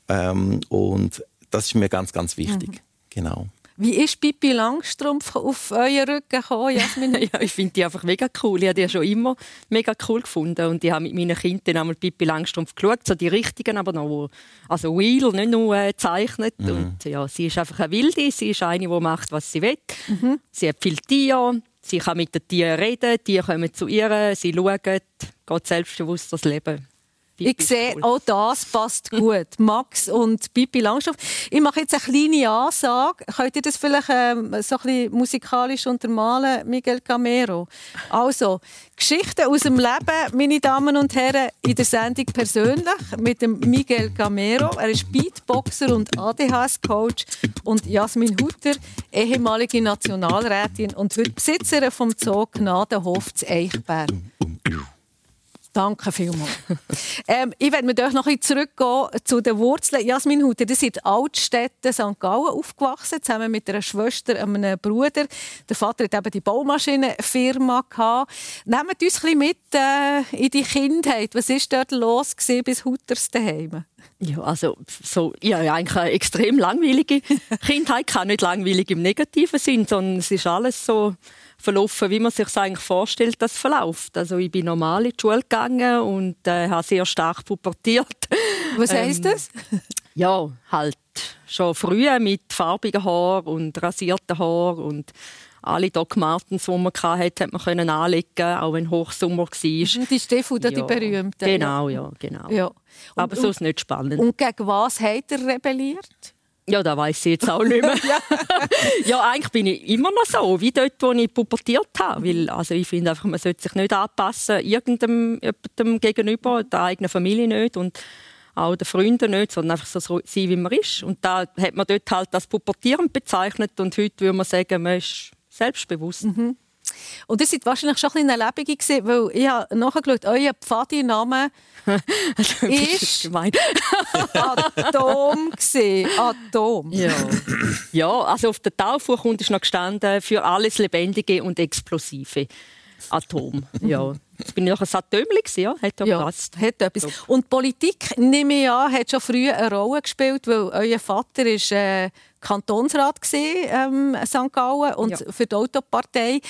Und das ist mir ganz, ganz wichtig. Genau. Wie ist Pippi Langstrumpf auf euren Rücken gekommen, Jasmin? Ja, ich finde die einfach mega cool. Ich habe die schon immer mega cool gefunden. Und ich habe mit meinen Kindern einmal Pippi Langstrumpf geschaut, so die richtigen, aber noch also real, nicht nur gezeichnet. Und ja, sie ist einfach eine Wilde, sie ist eine, die macht, was sie will. Sie hat viele Tiere, sie kann mit den Tieren reden, die Tiere kommen zu ihr, sie schauen, geht selbstbewusst das Leben. Ich sehe, auch das passt gut. Max und Pippi Langstrumpf. Ich mache jetzt eine kleine Ansage. Könnt ihr das vielleicht so ein bisschen musikalisch untermalen, Miguel Gamero? Also, Geschichten aus dem Leben, meine Damen und Herren, in der Sendung persönlich mit dem Miguel Gamero. Er ist Beatboxer und ADHS-Coach. Und Jasmin Hutter, ehemalige Nationalrätin und heute Besitzerin vom Zoo Gnadenhof zu Eichberg. Danke vielmals. Ich werde mit euch noch ein bisschen zurückgehen zu den Wurzeln. Jasmin Hutter, ihr seid in Altstätten St. Gallen aufgewachsen, zusammen mit einer Schwester und einem Bruder. Der Vater hat eben die Baumaschinenfirma gehabt. Nehmt uns ein bisschen mit in die Kindheit. Was war dort los bis Hutters daheim? Ja, also eigentlich eine extrem langweilige Kindheit. Kann nicht langweilig im negativen Sinn, sondern es ist alles so verlaufen, wie man sich eigentlich vorstellt, dass es verläuft. Also ich bin normal in die Schule gegangen und habe sehr stark pubertiert. Was heisst das? Ja, halt schon früh mit farbigen Haaren und rasierten Haaren und alle Doc Martens, die man hatte, hat man können anlegen, auch wenn Hochsommer war. Die Steffi, die berühmte. Genau. Ja. Aber sonst nicht spannend. Und gegen was hat er rebelliert? Ja, das weiss ich jetzt auch nicht mehr. Ja, eigentlich bin ich immer noch so, wie dort, wo ich pubertiert habe. Weil, also ich finde einfach, man sollte sich nicht anpassen, jemandem gegenüber, der eigenen Familie nicht und auch den Freunden nicht, sondern einfach so sein, wie man ist. Und da hat man dort halt das Pubertieren bezeichnet und heute würde man sagen, man ist selbstbewusst. Mhm. Und ihr seid wahrscheinlich schon ein bisschen lebendig gewesen, weil ich habe nachgeschaut, euer Pfadi-Name ist Atom gewesen. Atom. Ja, also auf der Taufurkunde ist noch gestanden, für alles Lebendige und Explosive. Atom. Ja. Jetzt bin ich noch ein Atömli, ja, hat ja gepasst. Hat etwas. So. Und Politik, nehme ich an, hat schon früh eine Rolle gespielt, weil euer Vater war Kantonsrat in St. Gallen und für die Autopartei.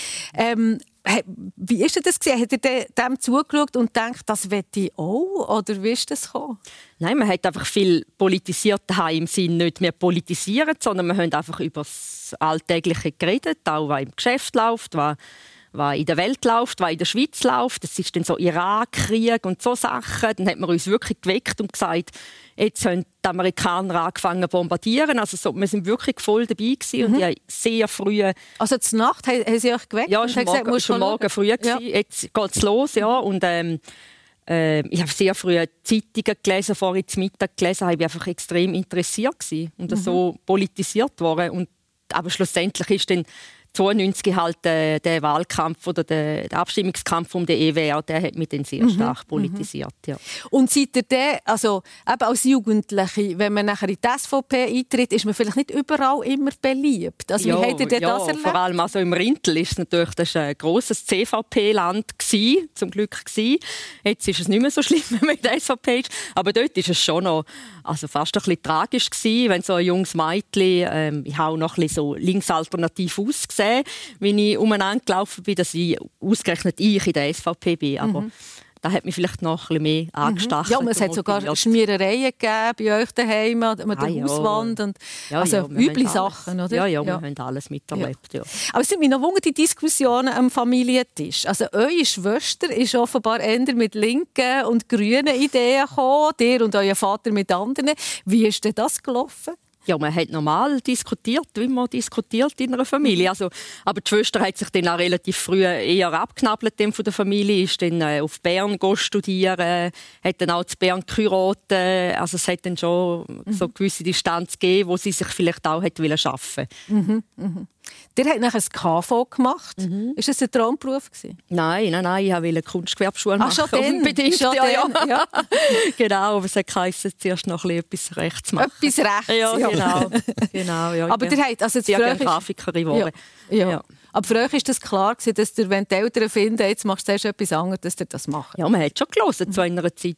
Wie war das? Hat er dem zugeschaut und gedacht, das möchte ich auch? Oder wie ist das gekommen? Nein, man hat einfach viel politisiert im Sinne nicht mehr politisieren, sondern man hat einfach über das Alltägliche geredet, auch was im Geschäft läuft, was in der Welt läuft, was in der Schweiz läuft. Das ist dann so Irakkrieg und so Sachen. Dann hat man uns wirklich geweckt und gesagt, jetzt haben die Amerikaner angefangen zu bombardieren. Also wir sind wirklich voll dabei gewesen und ich habe sehr früh... Also zur Nacht haben sie euch geweckt? Ja, es war schon morgen früh. Ja. Jetzt geht es los, ja. Und ich habe sehr früh Zeitungen gelesen, vorhin zum Mittag gelesen. Ich war einfach extrem interessiert gewesen und so politisiert worden. Aber schlussendlich ist dann 92 halt der Wahlkampf oder der Abstimmungskampf um den EWR, der hat mich dann sehr stark politisiert. Ja. Und seid ihr dann, also eben als Jugendliche, wenn man nachher in die SVP eintritt, ist man vielleicht nicht überall immer beliebt? Also wie habt ihr denn das erlebt? Vor allem also im Rintel ist natürlich das ein grosses CVP-Land gewesen, zum Glück gewesen. Jetzt ist es nicht mehr so schlimm, wenn man in der SVP ist. Aber dort ist es schon noch fast ein bisschen tragisch gewesen, wenn so ein junges Mädchen, ich habe auch noch ein bisschen so linksalternativ ausgesehen, wie ich umeinander gelaufen bin, dass ich ausgerechnet in der SVP bin. Aber das hat mich vielleicht noch ein bisschen mehr angestachelt. Ja, es hat sogar Schmierereien gegeben bei euch daheim, mit der Hauswand. Und üble Sachen, oder? Ja, wir haben alles miterlebt. Ja. Aber es sind mir noch wundern, die Diskussionen am Familientisch. Also eure Schwester ist offenbar eher mit linken und grünen Ideen gekommen, ihr und euer Vater mit anderen. Wie ist denn das gelaufen? Ja, man hat normal diskutiert, wie man diskutiert in einer Familie. Also, aber die Schwester hat sich dann auch relativ früh eher abknabbelt von der Familie, ist dann auf Bern studieren, hat dann auch zu Bern geheiratet. Also es hat dann schon so eine gewisse Distanz gegeben, wo sie sich vielleicht auch hätte schaffen wollen. Der hat nachher ein KV gemacht. Ist das ein Traumberuf gewesen? Nein, ich wollte eine Kunstgewerbeschule machen. Schon dann? Unbedingt, schon ja. Genau, aber es hat geheißen, zuerst noch etwas rechts machen. Etwas rechts? Ja, genau. Ja, aber der hat, also sehr gerne Grafikerin geworden. Ja. Aber für euch ist das klar gewesen, dass ihr, wenn die Eltern finden, jetzt machst du erst etwas anderes, dass ihr das macht? Ja, man hat schon gelesen zu einer Zeit.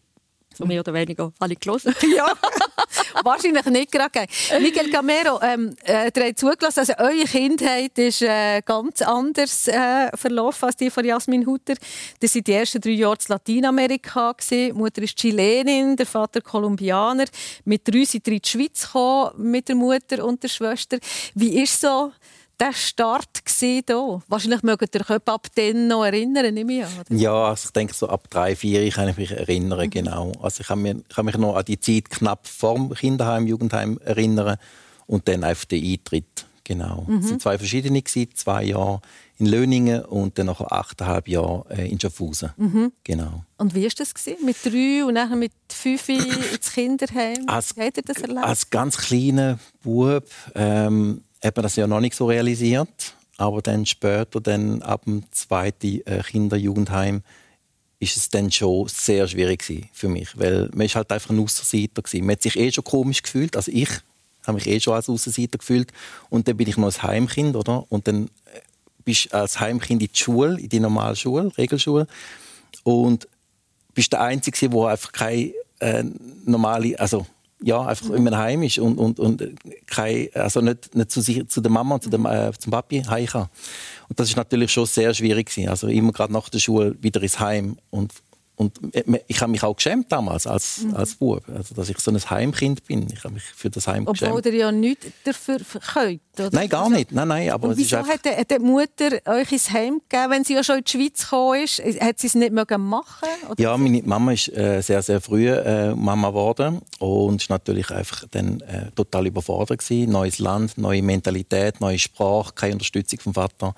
So mehr oder weniger alle gelesen. Ja, wahrscheinlich nicht gerade. Miguel Gamero, ihr habt zugelassen, also eure Kindheit ist ganz anders verlaufen als die von Jasmin Hutter. Ihr seid die ersten 3 Jahre in Lateinamerika gewesen. Die Mutter ist Chilenin, der Vater Kolumbianer. Mit 3 sind ihr in die Schweiz gekommen, mit der Mutter und der Schwester. Wie ist so der Start hier? Wahrscheinlich mögt ihr euch ab dann noch erinnern, nehme ich an. Ja, also ich denke, so ab 3, 4 kann ich mich erinnern, genau. Also ich kann mich noch an die Zeit knapp vor dem Kinderheim, Jugendheim erinnern und dann auf den Eintritt, genau. Es waren 2 verschiedene, 2 Jahre in Löningen und dann nach 8,5 Jahren in Schaffhausen. Genau. Und wie war das mit 3 und dann mit 5 ins Kinderheim? Habt ihr das erlebt? Als ganz kleiner Bub hat man das ja noch nicht so realisiert. Aber dann später, ab dem 2. Kinder-Jugendheim, ist es dann schon sehr schwierig für mich, weil man ist halt einfach ein Aussenseiter gewesen. Man hat sich schon komisch gefühlt, also ich habe mich schon als Aussenseiter gefühlt und dann bin ich noch ein Heimkind, oder? Und dann bist du als Heimkind in die Schule, in die normale Schule, Regelschule und bist der Einzige, der einfach keine normale, also ja, einfach in einem Heim ist und kein, also nicht zu der Mama und zum Papi heim kann. Und das ist natürlich schon sehr schwierig gewesen. Also immer gerade nach der Schule wieder ins Heim und ich habe mich auch geschämt damals als Bub, also dass ich so ein Heimkind bin. Ich habe mich für das Heim geschämt. Obwohl ihr ja nichts dafür könnt, oder? Nein, gar nicht. Nein, aber und wieso hat die Mutter euch ins Heim gegeben, wenn sie ja schon in die Schweiz gekommen ist? Hat sie es nicht machen oder? Ja, meine Mama ist sehr, sehr früh Mama geworden und ist natürlich einfach dann total überfordert gewesen. Neues Land, neue Mentalität, neue Sprache, keine Unterstützung vom Vater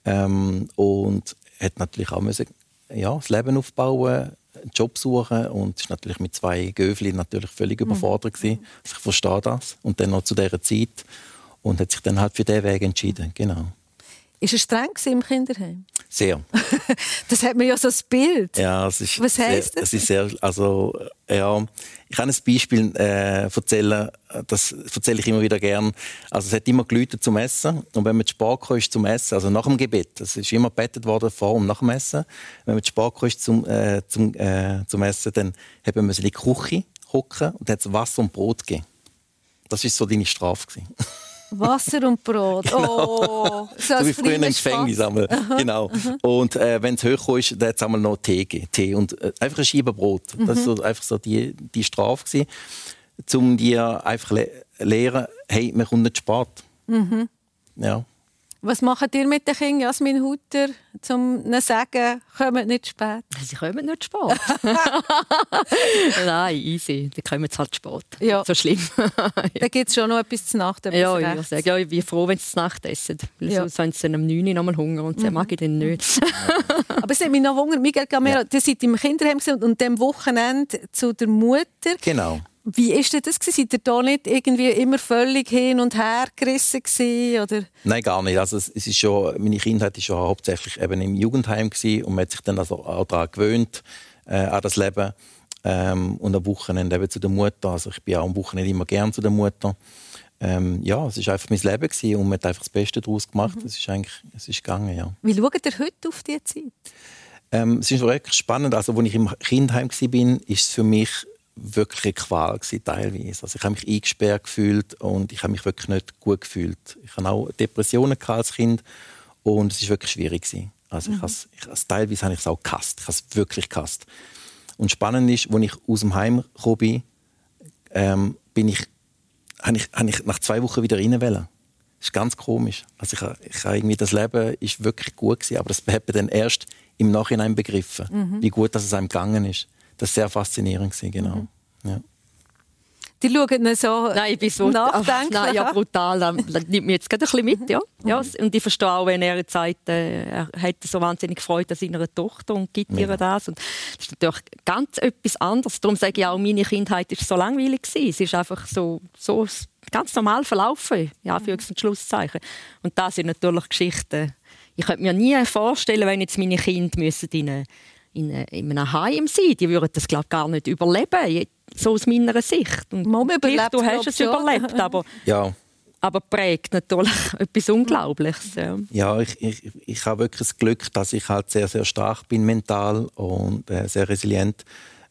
und hat natürlich auch müssen das Leben aufbauen, einen Job suchen und ist natürlich mit 2 Göfli natürlich völlig überfordert gewesen. Also ich verstehe das. Und dann noch zu dieser Zeit und hat sich dann halt für diesen Weg entschieden. Genau. Ist er streng im Kinderheim? Sehr. Das hat man ja so ein Bild. Ja, es ist was heisst das? Es ist sehr, also, ja, ich kann ein Beispiel erzählen, das erzähle ich immer wieder gern. Also es hat immer geläutet zum Essen und wenn man zu spät kam zum Essen, also nach dem Gebet, es ist immer gebettet worden vor und nach dem Essen, wenn man zu spät kam zum Essen, dann haben wir in die Küche hocken und hat es Wasser und Brot gegeben. Das war so deine Strafe gewesen. Wasser und Brot. Genau. Oh, so wie früher im Gefängnis. Genau. Und wenn es hochkam, dann hat es noch Tee gegeben. Tee und einfach ein Scheibenbrot. Das war so, einfach so die Strafe gewesen, um dir einfach lehren, hey, man kommt nicht spät. Ja. Was macht ihr mit den Kindern, Jasmin Hutter, um ihnen zu sagen, kommt nicht spät? Sie kommen nicht spät. Nein, easy. Die kommen jetzt halt spät. Ja. So schlimm. Da gibt es schon noch etwas zu Nacht. Ja, ich bin froh, wenn sie zu Nacht essen. Weil sonst haben sie um 9 Uhr noch mal Hunger und sie mag ich dann nicht. Aber es hat mich noch Hunger. Miguel Gamero, ihr seid im Kinderheim und am Wochenende zu der Mutter. Genau. Wie war das? Seid ihr da nicht irgendwie immer völlig hin und her gerissen gewesen, oder? Nein, gar nicht. Also es ist schon, meine Kindheit war schon hauptsächlich eben im Jugendheim gewesen und man hat sich dann also auch daran gewöhnt, an das Leben. Und am Wochenende eben zu der Mutter. Also ich bin auch am Wochenende immer gern zu der Mutter. Ja, es war einfach mein Leben gewesen und man hat einfach das Beste daraus gemacht. Es ist gegangen, ja. Wie schaut ihr heute auf diese Zeit? Es ist wirklich spannend. Also als ich im Kindheim war, ist es für mich wirklich eine Qual gewesen, teilweise. Also ich habe mich eingesperrt gefühlt und ich habe mich wirklich nicht gut gefühlt. Ich hatte auch Depressionen als Kind und es war wirklich schwierig gewesen. Also teilweise habe ich es auch gehasst. Ich habe es wirklich gehasst. Und spannend ist, als ich aus dem Heim gekommen bin, habe ich nach 2 Wochen wieder rein wollen. Das ist ganz komisch. Also ich habe irgendwie, das Leben ist wirklich gut gewesen, aber das hat man dann erst im Nachhinein begriffen, wie gut dass es einem gegangen ist. Das war sehr faszinierend, genau. Ja. Die schauen nicht so nachdenklich. Nein, ja, brutal. Das nimmt mich jetzt gerade ein bisschen mit. Ja. Ja, und ich verstehe auch, wenn er jetzt sagt, er hätte so wahnsinnig Freude an seiner Tochter und gibt ihr das. Und das ist natürlich ganz etwas anderes. Darum sage ich auch, meine Kindheit war so langweilig gewesen. Es ist einfach so ganz normal verlaufen, ja, für ein Schlusszeichen. Und das sind natürlich Geschichten. Ich könnte mir nie vorstellen, wenn jetzt meine Kinder in einem Heim sein. Die würden das, glaube ich, gar nicht überleben, so aus meiner Sicht. Und du hast es überlebt, aber prägt natürlich etwas Unglaubliches. Ja, ich habe wirklich das Glück, dass ich halt sehr, sehr stark bin mental und sehr resilient.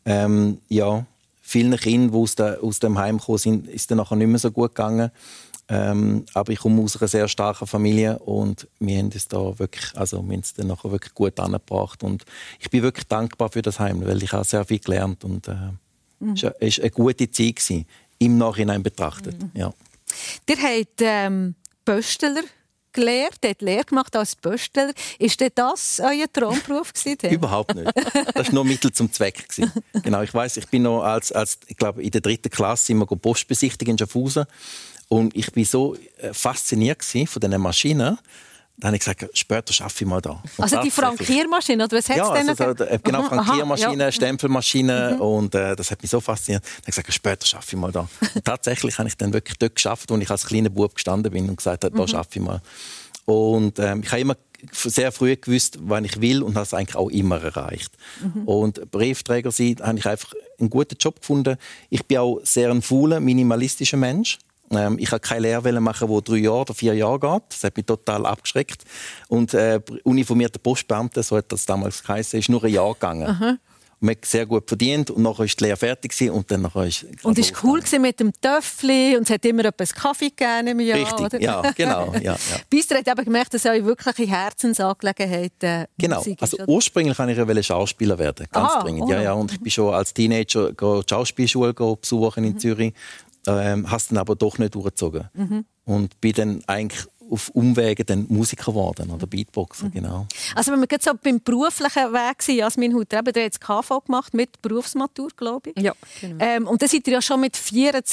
Ja, vielen Kindern, die aus dem Heim gekommen sind, ist es nachher nicht mehr so gut gegangen. Aber ich komme aus einer sehr starken Familie und wir haben es da wirklich, also wir haben es dann nachher wirklich gut angebracht und ich bin wirklich dankbar für das Heim, weil ich habe sehr viel gelernt und es war eine gute Zeit gewesen, im Nachhinein betrachtet. Ja. Ihr habt Pöstler gelernt, habt Lehre gemacht als Pöstler. Ist das euer Traumberuf gewesen? Überhaupt nicht. Das war nur Mittel zum Zweck gewesen. Genau, ich weiss, ich bin noch ich glaube, in der 3. Klasse immer Post besichtigen in Schaffhausen. Und ich war so fasziniert von diesen Maschinen. Dann habe ich gesagt, später arbeite ich mal da. Und also die Frankiermaschine, oder was hat es denn? Genau, Frankiermaschine, Stempelmaschine. Und das hat mich so fasziniert. Dann habe ich gesagt, später arbeite ich mal da. Und tatsächlich habe ich dann wirklich dort gearbeitet, wo ich als kleiner Bub gestanden bin und gesagt habe, da arbeite ich mal. Und ich habe immer sehr früh gewusst, was ich will und habe es eigentlich auch immer erreicht. Und Briefträger sein, habe ich einfach einen guten Job gefunden. Ich bin auch sehr ein fauler, minimalistischer Mensch. Ich wollte keine Lehre machen, die 3 Jahre oder 4 Jahre geht. Das hat mich total abgeschreckt. Und uniformierter Postbeamter, so hat das damals geheißen, ist nur ein Jahr gegangen. Aha. Und man hat sehr gut verdient und nachher war die Lehre fertig und dann nachher ist und es war cool mit dem Töffli und es hat immer etwas Kaffee gegeben im Jahr. Richtig, oder? ja, genau. Ja. Bis ihr habt eben gemerkt, dass eure wirkliche Herzensangelegenheit Genau. Musik also ist, oder? ursprünglich wollte ich Schauspieler werden, ganz dringend. Ja. Und ich bin schon als Teenager die Schauspielschule besuchen in Zürich, habe es dann aber doch nicht durchgezogen. Und bin dann eigentlich auf Umwegen dann Musiker geworden oder Beatboxer, genau. Also wenn wir jetzt so beim beruflichen Weg sind, Jasmin Hutter, eben, der hat jetzt KV gemacht mit Berufsmatur, glaube ich. Ja, genau. Und dann seid ihr ja schon mit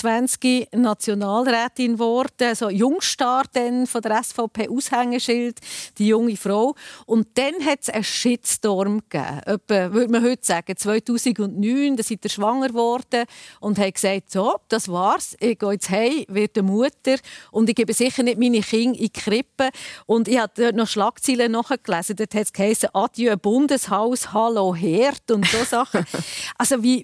24 Nationalrätin geworden, so Jungstar dann von der SVP, Aushängeschild, die junge Frau. Und dann hat es einen Shitstorm gegeben. Etwa, würde man heute sagen, 2009, da seid ihr schwanger geworden und habt gesagt, so, das war's, ich gehe jetzt heim, werde Mutter und ich gebe sicher nicht meine Kinder in die Krippe. Und ich habe dort noch Schlagzeilen nachgelesen. Dort hat es geheißen, Adieu Bundeshaus, Hallo Herd und so Sachen. Also wie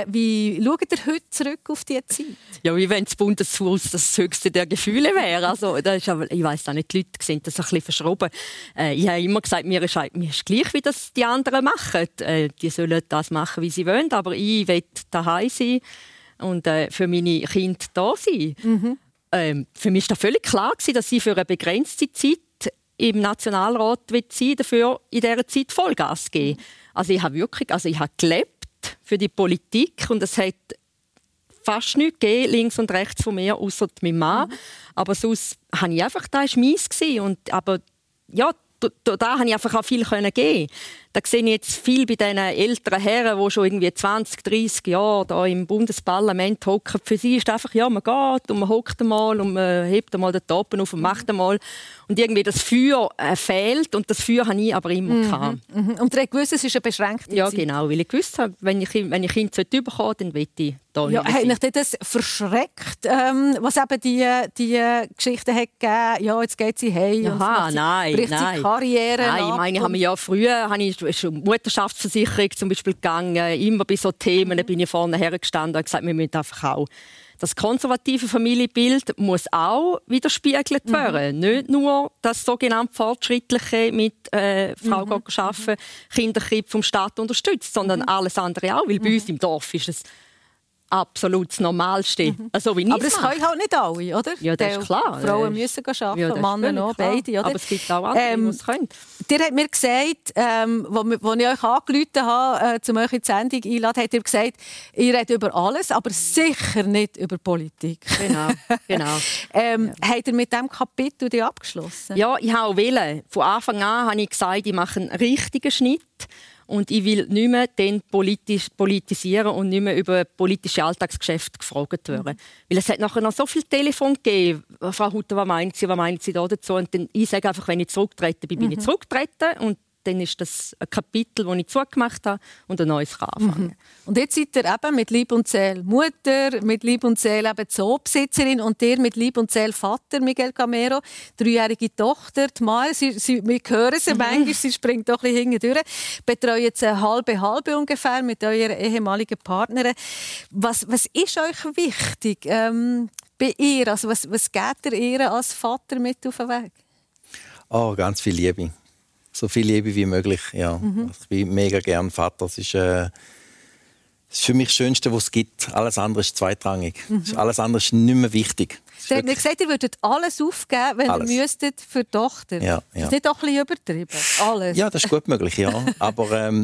schaut ihr heute zurück auf diese Zeit? Ja, wie wenn das Bundeshaus das höchste der Gefühle wäre. Also, das ist aber, ich weiss auch nicht, die Leute sind das ein bisschen verschroben. Ich habe immer gesagt, mir ist gleich, wie das die anderen machen. Die sollen das machen, wie sie wollen, aber ich will daheim sein und für meine Kinder da sein. Für mich war völlig klar, dass ich für eine begrenzte Zeit im Nationalrat sein dafür in dieser Zeit Vollgas geben. Also ich habe gelebt für die Politik und es hat fast nichts gegeben, links und rechts von mir, außer meinem Mann. Aber sonst habe ich einfach, das war meins. Aber ja, da habe ich einfach auch viel geben. Da sehe ich jetzt viel bei diesen älteren Herren, die schon irgendwie 20, 30 Jahre da im Bundesparlament hocken. Für sie ist es einfach, ja, man geht und man hockt einmal und man hebt einmal den Toppen auf und macht einmal. Und irgendwie das Feuer fehlt und das Feuer habe ich aber immer gehabt. Und ihr gewusst, es ist eine beschränkte Zeit. Ja, genau, weil ich gewusst habe, wenn ich Kinder bekomme, dann will ich da nicht sein. Hat euch das verschreckt, was eben die Geschichte hat gegeben? Ja, jetzt geht sie heim und nein. Karriere Nein, ich meine, ich habe mich ja früher schon Mutterschaftsversicherung zum Beispiel gegangen. Immer bei so Themen bin ich vorne hergestanden und habe gesagt, wir müssen einfach auch. Das konservative Familienbild muss auch widerspiegelt werden. Nicht nur das sogenannte Fortschrittliche mit Frau arbeiten, Kinderkrieg vom Staat unterstützt, sondern alles andere auch. Weil bei uns im Dorf ist es absolut das Normalste. Also, wie aber das können halt nicht alle, oder? Ja, das ist klar. Frauen müssen arbeiten, ja, Männer auch, beide. Oder? Aber es gibt auch andere, die es können. Ihr habt mir gesagt, als ich euch angerufen habe, um euch in die Sendung einzuladen, habt ihr gesagt, ihr redet über alles, aber sicher nicht über Politik. Genau. Habt ihr mit diesem Kapitel die abgeschlossen? Ja, ich habe auch wollen. Von Anfang an habe ich gesagt, ich mache einen richtigen Schnitt. Und ich will nicht mehr politisieren und nicht mehr über politische Alltagsgeschäfte gefragt werden. Weil es hat nachher noch so viel Telefon gegeben. Frau Hutter, was meint Sie da dazu? Und dann, ich sage einfach, wenn ich zurücktrete bin, bin ich zurückgetreten. Und dann ist das ein Kapitel, das ich zugemacht habe und ein neues kann anfangen. Und jetzt seid ihr eben mit Lieb und Seele Mutter, mit Lieb und Seele eben Zoobesitzerin und ihr mit Lieb und Seele Vater, Miguel Camero, 3-jährige Tochter, die Mai, wir hören sie manchmal, sie springt doch ein bisschen hindurch, betreut jetzt halbe ungefähr mit eurer ehemaligen Partnerin. Was ist euch wichtig bei ihr? Also was geht ihr als Vater mit auf den Weg? Oh, ganz viel Liebe. So viel Liebe wie möglich, ja. Ich bin mega gern Vater. Das ist für mich das Schönste, was es gibt. Alles andere ist zweitrangig. Alles andere ist nicht mehr wichtig. Sie haben mir gesagt, ihr würdet alles aufgeben, wenn ihr müsstet für die Tochter. Ja. Ist das nicht auch ein bisschen übertrieben? Alles? Ja, das ist gut möglich, ja. Aber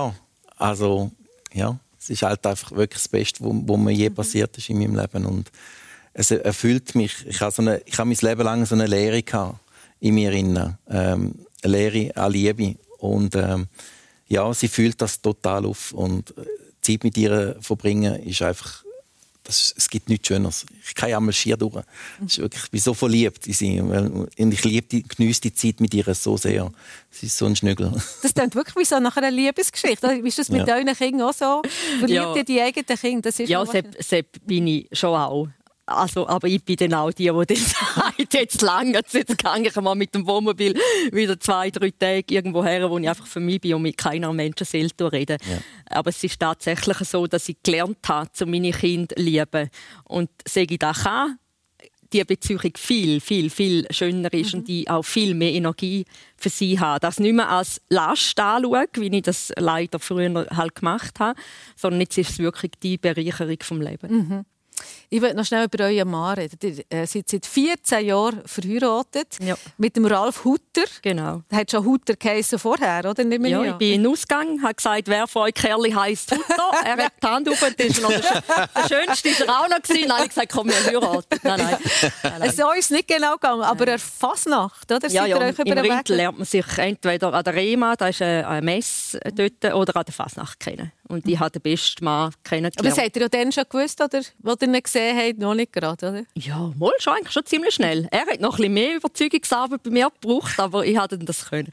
es ist halt einfach wirklich das Beste, was mir je passiert ist in meinem Leben. Und es erfüllt mich. Ich habe mein Leben lang so eine Leere gehabt in mir innen. Eine Lehre an Liebe. Und sie fühlt das total auf. Und Zeit mit ihr verbringen ist einfach, es gibt nichts Schöneres. Ich kann einmal schier durch. Ich bin so verliebt in sie. Und ich geniesse die Zeit mit ihr so sehr. Sie ist so ein Schnüggel. Das klingt wirklich wie so nach einer Liebesgeschichte. Ist das mit euren Kindern auch so? Verliebt ihr die eigenen Kinder? Das ist Sepp bin ich schon auch. aber ich bin dann auch die dann sagt, jetzt lange, jetzt gehe ich mal mit dem Wohnmobil wieder 2-3 Tage irgendwo her, wo ich einfach für mich bin und mit keiner Menschenseele rede. Ja. Aber es ist tatsächlich so, dass ich gelernt habe, zu meinen Kindern zu lieben. Und sage ich, das kann die Beziehung viel, viel, viel schöner ist und die auch viel mehr Energie für sie haben. Das nicht mehr als Last anschauen, wie ich das leider früher halt gemacht habe, sondern jetzt ist es wirklich die Bereicherung vom Leben. Mhm. Ich will noch schnell über euren Mann reden. Ihr seid seit 14 Jahren verheiratet mit dem Ralf Hutter. Genau. Der hat schon Hutter geheißen vorher, oder? Nicht ja, ich bin in den Ausgang, habe gesagt, wer von euch Kerli heisst Hutter. Er hat die Hand auf und das war noch der Schönste war auch noch. Dann habe ich gesagt, komm, wir heiraten. Nein. So ist es nicht genau gegangen, aber eine Fasnacht, oder? Ja, im Rintel lernt man sich entweder an der Rema, da ist eine Messe dort, oder an der Fasnacht kennen. Und ich habe den besten Mann kennengelernt. Aber das habt ihr ja dann schon gewusst, oder? Wo ihr ihn gesehen habt, noch nicht gerade, oder? Ja, mal schon, eigentlich schon ziemlich schnell. Er hat noch ein bisschen mehr Überzeugungsarbeit bei mir gebraucht, aber ich hatte das können.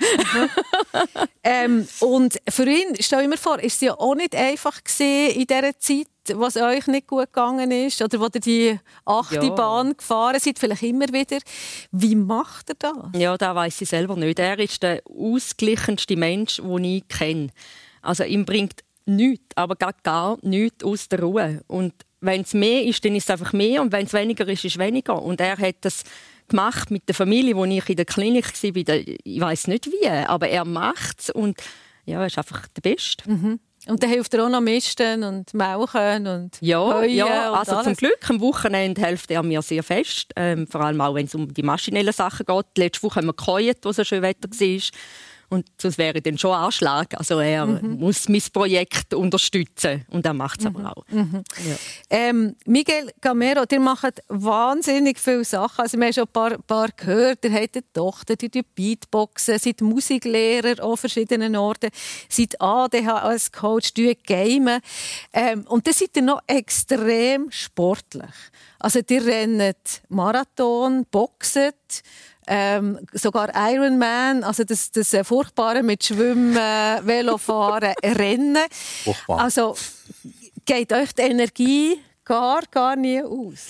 Und für ihn, stell mir vor, ist es ja auch nicht einfach gewesen in dieser Zeit, was euch nicht gut gegangen ist, oder wo ihr die 8. Bahn gefahren seid, vielleicht immer wieder. Wie macht er das? Ja, das weiss ich selber nicht. Er ist der ausgeglichenste Mensch, den ich kenne. Also ihm bringt nichts, aber gar nichts aus der Ruhe. Und wenn es mehr ist, dann ist es einfach mehr. Und wenn es weniger ist, ist es weniger. Und er hat das gemacht mit der Familie, wo ich in der Klinik war. Ich weiss nicht wie, aber er macht es. Und ja, er ist einfach der Beste. Mhm. Und dann hilft er auch noch misten und melken und heuen und also alles. Zum Glück, am Wochenende hilft er mir sehr fest. Vor allem auch, wenn es um die maschinellen Sachen geht. Letzte Woche haben wir geheut, wo so schön Wetter war. Und sonst wäre dann schon Anschlag. Also er muss mein Projekt unterstützen. Und er macht es aber auch. Mhm. Ja. Miguel Gamero, ihr macht wahnsinnig viele Sachen. Also wir haben schon ein paar gehört. Ihr habt eine Tochter, die Beatboxen, seid Musiklehrer an verschiedenen Orten, seid ADHS-Coach, gamen. Und dann seid ihr noch extrem sportlich. Also ihr rennt Marathon, boxet, sogar Ironman, also das Furchtbare mit Schwimmen, Velofahren, Rennen. Furchtbar. Also geht euch die Energie gar nie aus?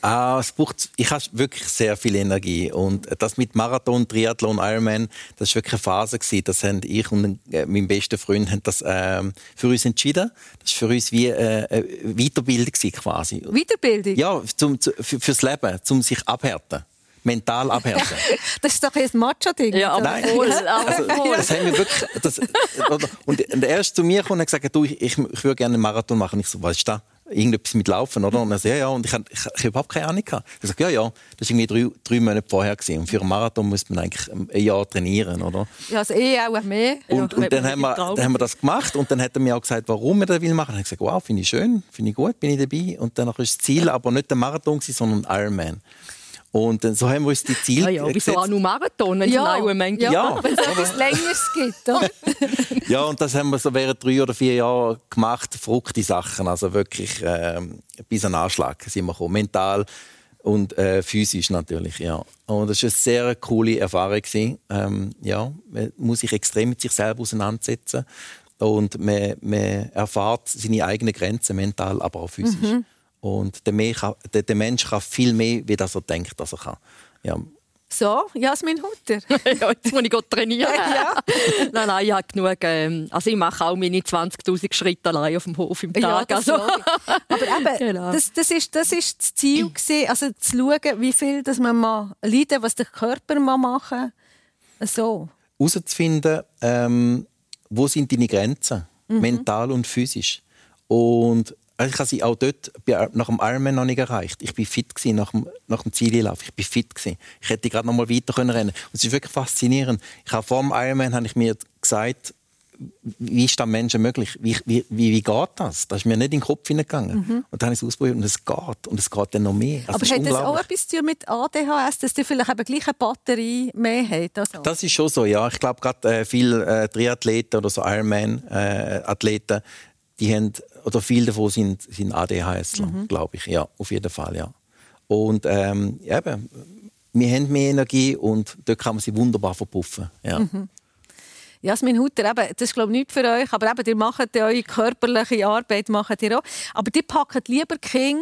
Ich habe wirklich sehr viel Energie. Und das mit Marathon, Triathlon, Ironman, das war wirklich eine Phase. Das haben ich und mein bester Freund haben das für uns entschieden. Das war für uns wie eine Weiterbildung quasi. Weiterbildung? Ja, fürs Leben, um sich abhärten. Mental abhärten. Das ist doch ein Macho-Ding. Ja, nein, das haben wir wirklich. Und er ist zu mir gekommen und hat gesagt, du, ich würde gerne einen Marathon machen. Ich so, was ist das? Irgendetwas mit Laufen, oder? Und er sagt, ja. Und ich habe überhaupt keine Ahnung gehabt. Ich sage, ja. Das war irgendwie 3 Monate vorher gewesen. Und für einen Marathon muss man eigentlich ein Jahr trainieren, oder? Ja, also auch mehr. Und dann haben wir das gemacht. Und dann hat er mir auch gesagt, warum er das will machen. Und ich habe gesagt, wow, finde ich schön, finde ich gut, bin ich dabei. Und dann ist das Ziel aber nicht der Marathon, sondern ein Ironman. Und so haben wir uns die Ziele gesetzt. Wieso auch nur Marathon, wenn es einen Ironman gibt? Ja, wenn es etwas Längeres gibt. Oder? Ja, und das haben wir so während 3 oder 4 Jahren gemacht. Verrückte Sachen, also wirklich bis an den Anschlag sind wir gekommen. Mental und physisch natürlich, ja. Und das war eine sehr coole Erfahrung. Man muss sich extrem mit sich selber auseinandersetzen. Und man erfährt seine eigenen Grenzen, mental, aber auch physisch. Mhm. Und der Mensch kann viel mehr, wie das er denkt, dass er kann. Ja. So, Jasmin Hutter. Ja, jetzt muss ich trainieren. Ja. Nein, ich habe genug. Also ich mache auch meine 20'000 Schritte allein auf dem Hof im Tag. Ja, aber eben, genau. das ist das Ziel gewesen, also zu schauen, wie viel dass man mal leiden, was der Körper machen kann. So. Herauszufinden, wo sind deine Grenzen, mental und physisch. Und ich habe sie auch dort nach dem Ironman noch nicht erreicht. Ich war fit nach dem Ziellauf. Ich war fit. Ich hätte gerade noch mal weiter rennen können. Und es ist wirklich faszinierend. Vor dem Ironman habe ich mir gesagt, wie ist das Menschen möglich? Wie geht das? Das ist mir nicht in den Kopf hineingegangen. Und dann habe ich es ausprobiert und es geht. Und es geht dann noch mehr. Aber hat das auch etwas zu tun mit ADHS, dass du vielleicht eben gleich eine Batterie mehr hast? Also? Das ist schon so, ja. Ich glaube, gerade viele Triathleten oder so Ironman-Athleten, die haben, oder viele davon sind ADHSler, glaube ich. Ja, auf jeden Fall, ja. Und eben, wir haben mehr Energie und dort kann man sie wunderbar verpuffen. Ja. Jasmin Hutter, eben, das ist glaube ich nichts für euch, aber eben, ihr macht eure körperliche Arbeit, macht ihr auch. Aber die packen lieber Kinder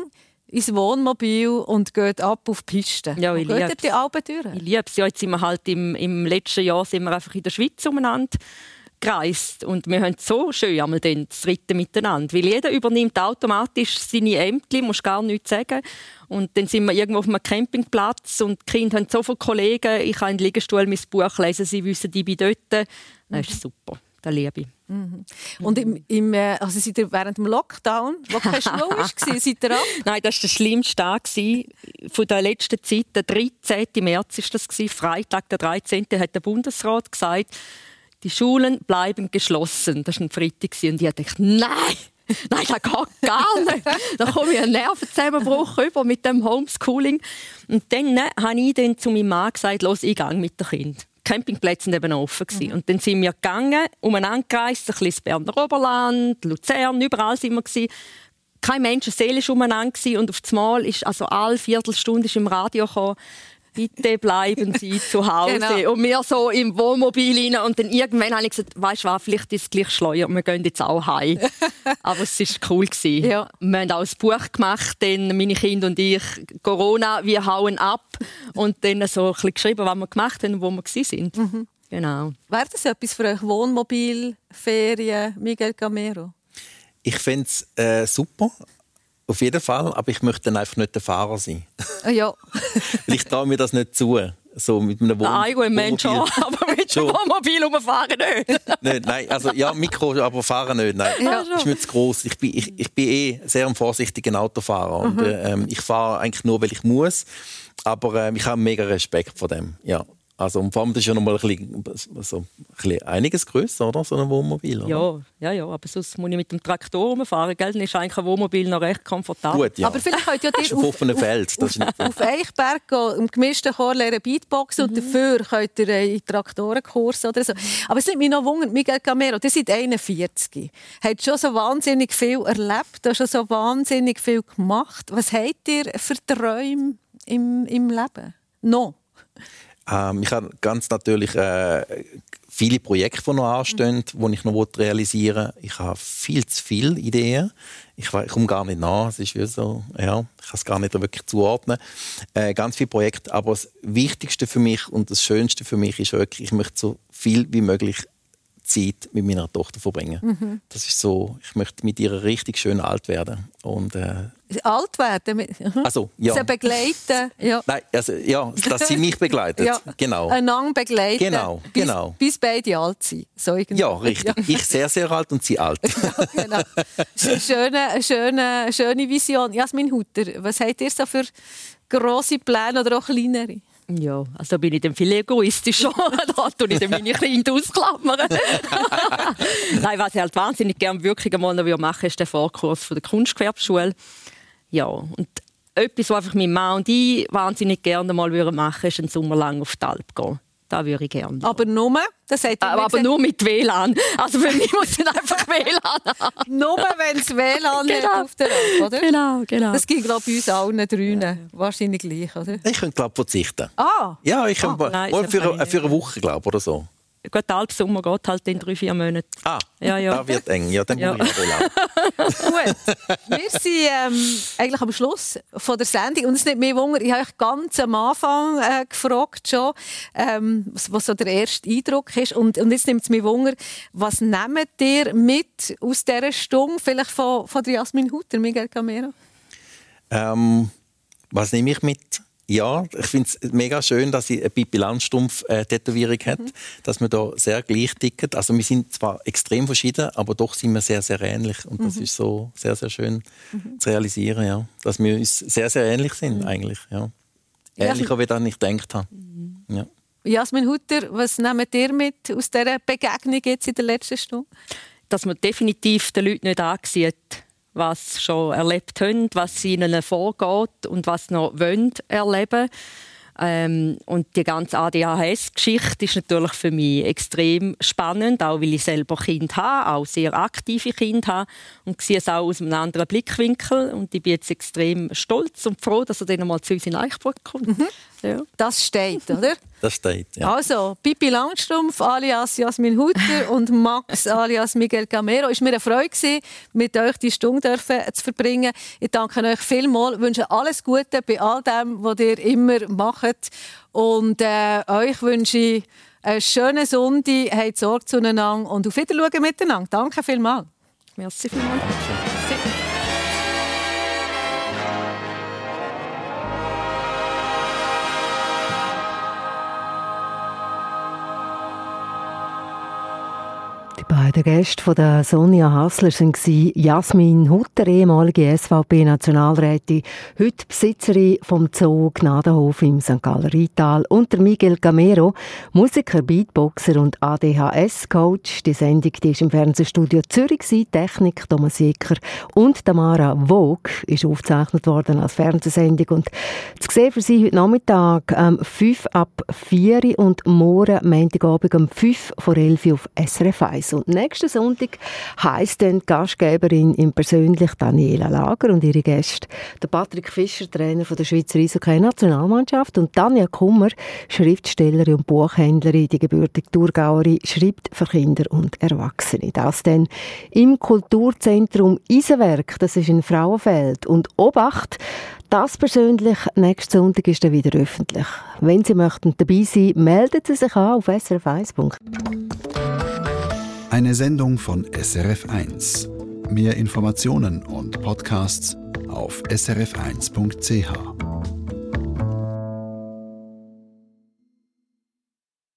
ins Wohnmobil und geht ab auf die Piste. Ja, ich liebe die Alpen durch? Ich liebe es. Ja, jetzt sind wir halt im letzten Jahr sind wir einfach in der Schweiz umeinander gereist. Und wir haben so schön einmal dann das Ritten miteinander. Weil jeder übernimmt automatisch seine Ämter, muss gar nichts sagen. Und dann sind wir irgendwo auf einem Campingplatz und die Kinder haben so viele Kollegen. Ich kann in den Liegestuhl mein Buch lesen, sie wissen, ich bin dort. Das ist super. Das liebe ich. Mhm. Und also seid ihr während dem Lockdown, wo keine Schule war, seid ihr ab? Nein, das war der schlimmste Tag von der letzten Zeit. Der 13. März war das, Freitag, der 13. hat der Bundesrat gesagt, die Schulen bleiben geschlossen. Das war ein Freitag. Und ich dachte, nein, das geht gar nicht. Da komme ich einen Nervenzusammenbruch über mit dem Homeschooling. Und dann habe ich zu meinem Mann gesagt, los, ich gehe mit den Kindern. Die Campingplätze waren eben offen. Und dann sind wir gegangen, umeinander gereist, ein bisschen ins Berner Oberland, Luzern, überall sind wir gewesen. Kein Menschenseele war umeinander. Und auf einmal ist alle Viertelstunde ist im Radio gekommen, bitte bleiben Sie zu Hause. Genau. Und wir so im Wohnmobil rein. Und dann irgendwann habe ich gesagt, weißt du was, vielleicht ist es gleich schleuer, wir gehen jetzt auch heim. Aber es war cool. Ja. Wir haben auch ein Buch gemacht, dann meine Kinder und ich, Corona, wir hauen ab. Und dann so ein bisschen geschrieben, was wir gemacht haben und wo wir waren. Mhm. Genau. Wäre das etwas für euch? Wohnmobil, Ferien, Miguel Gamero? Ich fände es super. Auf jeden Fall, aber ich möchte dann einfach nicht der Fahrer sein. Ja. Weil ich traue mir das nicht zu. So mit einem Wohnmobil schon, aber mit dem Wohnmobil rumfahren nicht. Nein, also ja, Mikro, aber fahren nicht. Nein, ja. Das ist mir zu gross. Ich bin sehr ein vorsichtiger Autofahrer. Und, ich fahre eigentlich nur, weil ich muss. Aber ich habe mega Respekt vor dem. Ja. Also, und vor allem, das ist ja noch mal ein bisschen einiges grösser, oder? So ein Wohnmobil. Oder? Ja, aber sonst muss ich mit dem Traktor rumfahren. Gell? Dann ist eigentlich ein Wohnmobil noch recht komfortabel. Gut, ja. Aber vielleicht könnt ihr auf offenem Feld. Auf Eichberg gehen, im gemischten Chor lernen Beatboxen und dafür könnt ihr in Traktorenkurs oder so. Aber es nimmt mich noch Wunder, Miguel Gamero, ihr seid 41. Habt schon so wahnsinnig viel erlebt, habt schon so wahnsinnig viel gemacht. Was habt ihr für Träume im Leben? Noch? Ich habe ganz natürlich viele Projekte, die noch anstehen, die ich noch realisieren will. Ich habe viel zu viele Ideen. Ich komme gar nicht nach. Es ist wie so, ja, ich kann es gar nicht wirklich zuordnen. Ganz viele Projekte. Aber das Wichtigste für mich und das Schönste für mich ist wirklich, ich möchte so viel wie möglich Zeit mit meiner Tochter verbringen. Mhm. Das ist so, ich möchte mit ihr richtig schön alt werden. Und, alt werden? Also, ja. Sie begleiten? Ja. Nein, also, ja, dass sie mich begleitet. Ja. Genau. Einander begleiten. Genau. Bis beide alt sind. So ja, richtig. Ja. Ich sehr, sehr alt und sie alt. Ja, genau. Das ist eine schöne Vision. Jasmin Hutter, was habt ihr so für grosse Pläne oder auch kleinere? Ja, also bin ich dann viel egoistischer. Da tue ich dann meine Kinder ausklammern. Nein, was ich halt wahnsinnig gerne wirklich einmal noch machen würde, ist der Vorkurs von der Kunstgewerbeschule. Ja, und etwas, was einfach mein Mann und ich wahnsinnig gerne mal machen würden, ist einen Sommer lang auf die Alp gehen. Das würde ich gerne. Aber nur? Das hat aber nur mit WLAN. Also für mich muss es einfach WLAN haben. Nur wenn es WLAN hat auf der Alp, oder? Genau. Das ging, glaube ich, bei uns allen dreien. Wahrscheinlich gleich, oder? Ich könnte, glaube ich, verzichten. Ja, ich könnte für eine Woche, glaube ich, oder so. Gut, der Alpsommer geht halt in 3-4 Monaten. Ja. Das wird eng. Ja, dann muss ich WLAN. Gut, wir sind eigentlich am Schluss von der Sendung. Und es ist nicht mehr Wunder, ich habe euch ganz am Anfang gefragt, schon, was so der erste Eindruck ist. Und jetzt nimmt es mich Wunder, was nehmt ihr mit aus dieser Stunde, vielleicht von der Jasmin Hutter, Miguel Gamero? Was nehme ich mit? Ja, ich finde es mega schön, dass sie eine Pippi Langstrumpf-Tätowierung hat, dass wir da sehr gleich ticken. Also wir sind zwar extrem verschieden, aber doch sind wir sehr, sehr ähnlich. Und das ist so sehr, sehr schön zu realisieren, ja. Dass wir uns sehr, sehr ähnlich sind eigentlich. Ja. Ähnlicher, wie ich nicht gedacht habe. Ja. Jasmin Hutter, was nehmt ihr mit aus dieser Begegnung jetzt in der letzten Stunde? Dass man definitiv den Leuten nicht ansieht, was sie schon erlebt haben, was ihnen vorgeht und was sie noch erleben wollen. Und die ganze ADHS-Geschichte ist natürlich für mich extrem spannend, auch weil ich selber Kinder habe, auch sehr aktive Kinder habe und sehe es auch aus einem anderen Blickwinkel. Und ich bin jetzt extrem stolz und froh, dass er dann mal zu uns in Eichburg kommt. Ja. Das steht, oder? Das steht, ja. Also, Pippi Langstrumpf alias Jasmin Hutter und Max alias Miguel Gamero. Es war mir eine Freude, mit euch die Stunde zu verbringen. Ich danke euch vielmals, wünsche alles Gute bei all dem, was ihr immer macht. Und euch wünsche ich einen schönen Sonntag, habt Sorge zueinander und auf Wiedersehen miteinander. Danke vielmals. Merci vielmals. Die beiden Gäste von der Sonja Hassler waren Jasmin Hutter, ehemalige SVP-Nationalrätin, heute Besitzerin vom Zoo Gnadenhof im St. Galler Rheintal, und der Miguel Gamero, Musiker, Beatboxer und ADHS-Coach. Die Sendung die ist im Fernsehstudio Zürich, Technik Thomas Jecker und Tamara Vogt ist aufgezeichnet worden als Fernsehsendung. Und zu sehen für Sie heute Nachmittag 5 ab 4 und morgen Montagabend um 5 vor 11 auf SRF 1. Und nächsten Sonntag heisst dann die Gastgeberin im persönlich Daniela Lager und ihre Gäste der Patrick Fischer, Trainer von der Schweizer Eishockey-Nationalmannschaft, und Tanja Kummer, Schriftstellerin und Buchhändlerin, die gebürtige Thurgauerin, schreibt für Kinder und Erwachsene. Das dann im Kulturzentrum Eisenwerk, das ist in Frauenfeld. Und Obacht, das persönlich nächsten Sonntag ist dann wieder öffentlich. Wenn Sie möchten dabei sein, melden Sie sich an auf srf1. Eine Sendung von SRF 1. Mehr Informationen und Podcasts auf srf1.ch.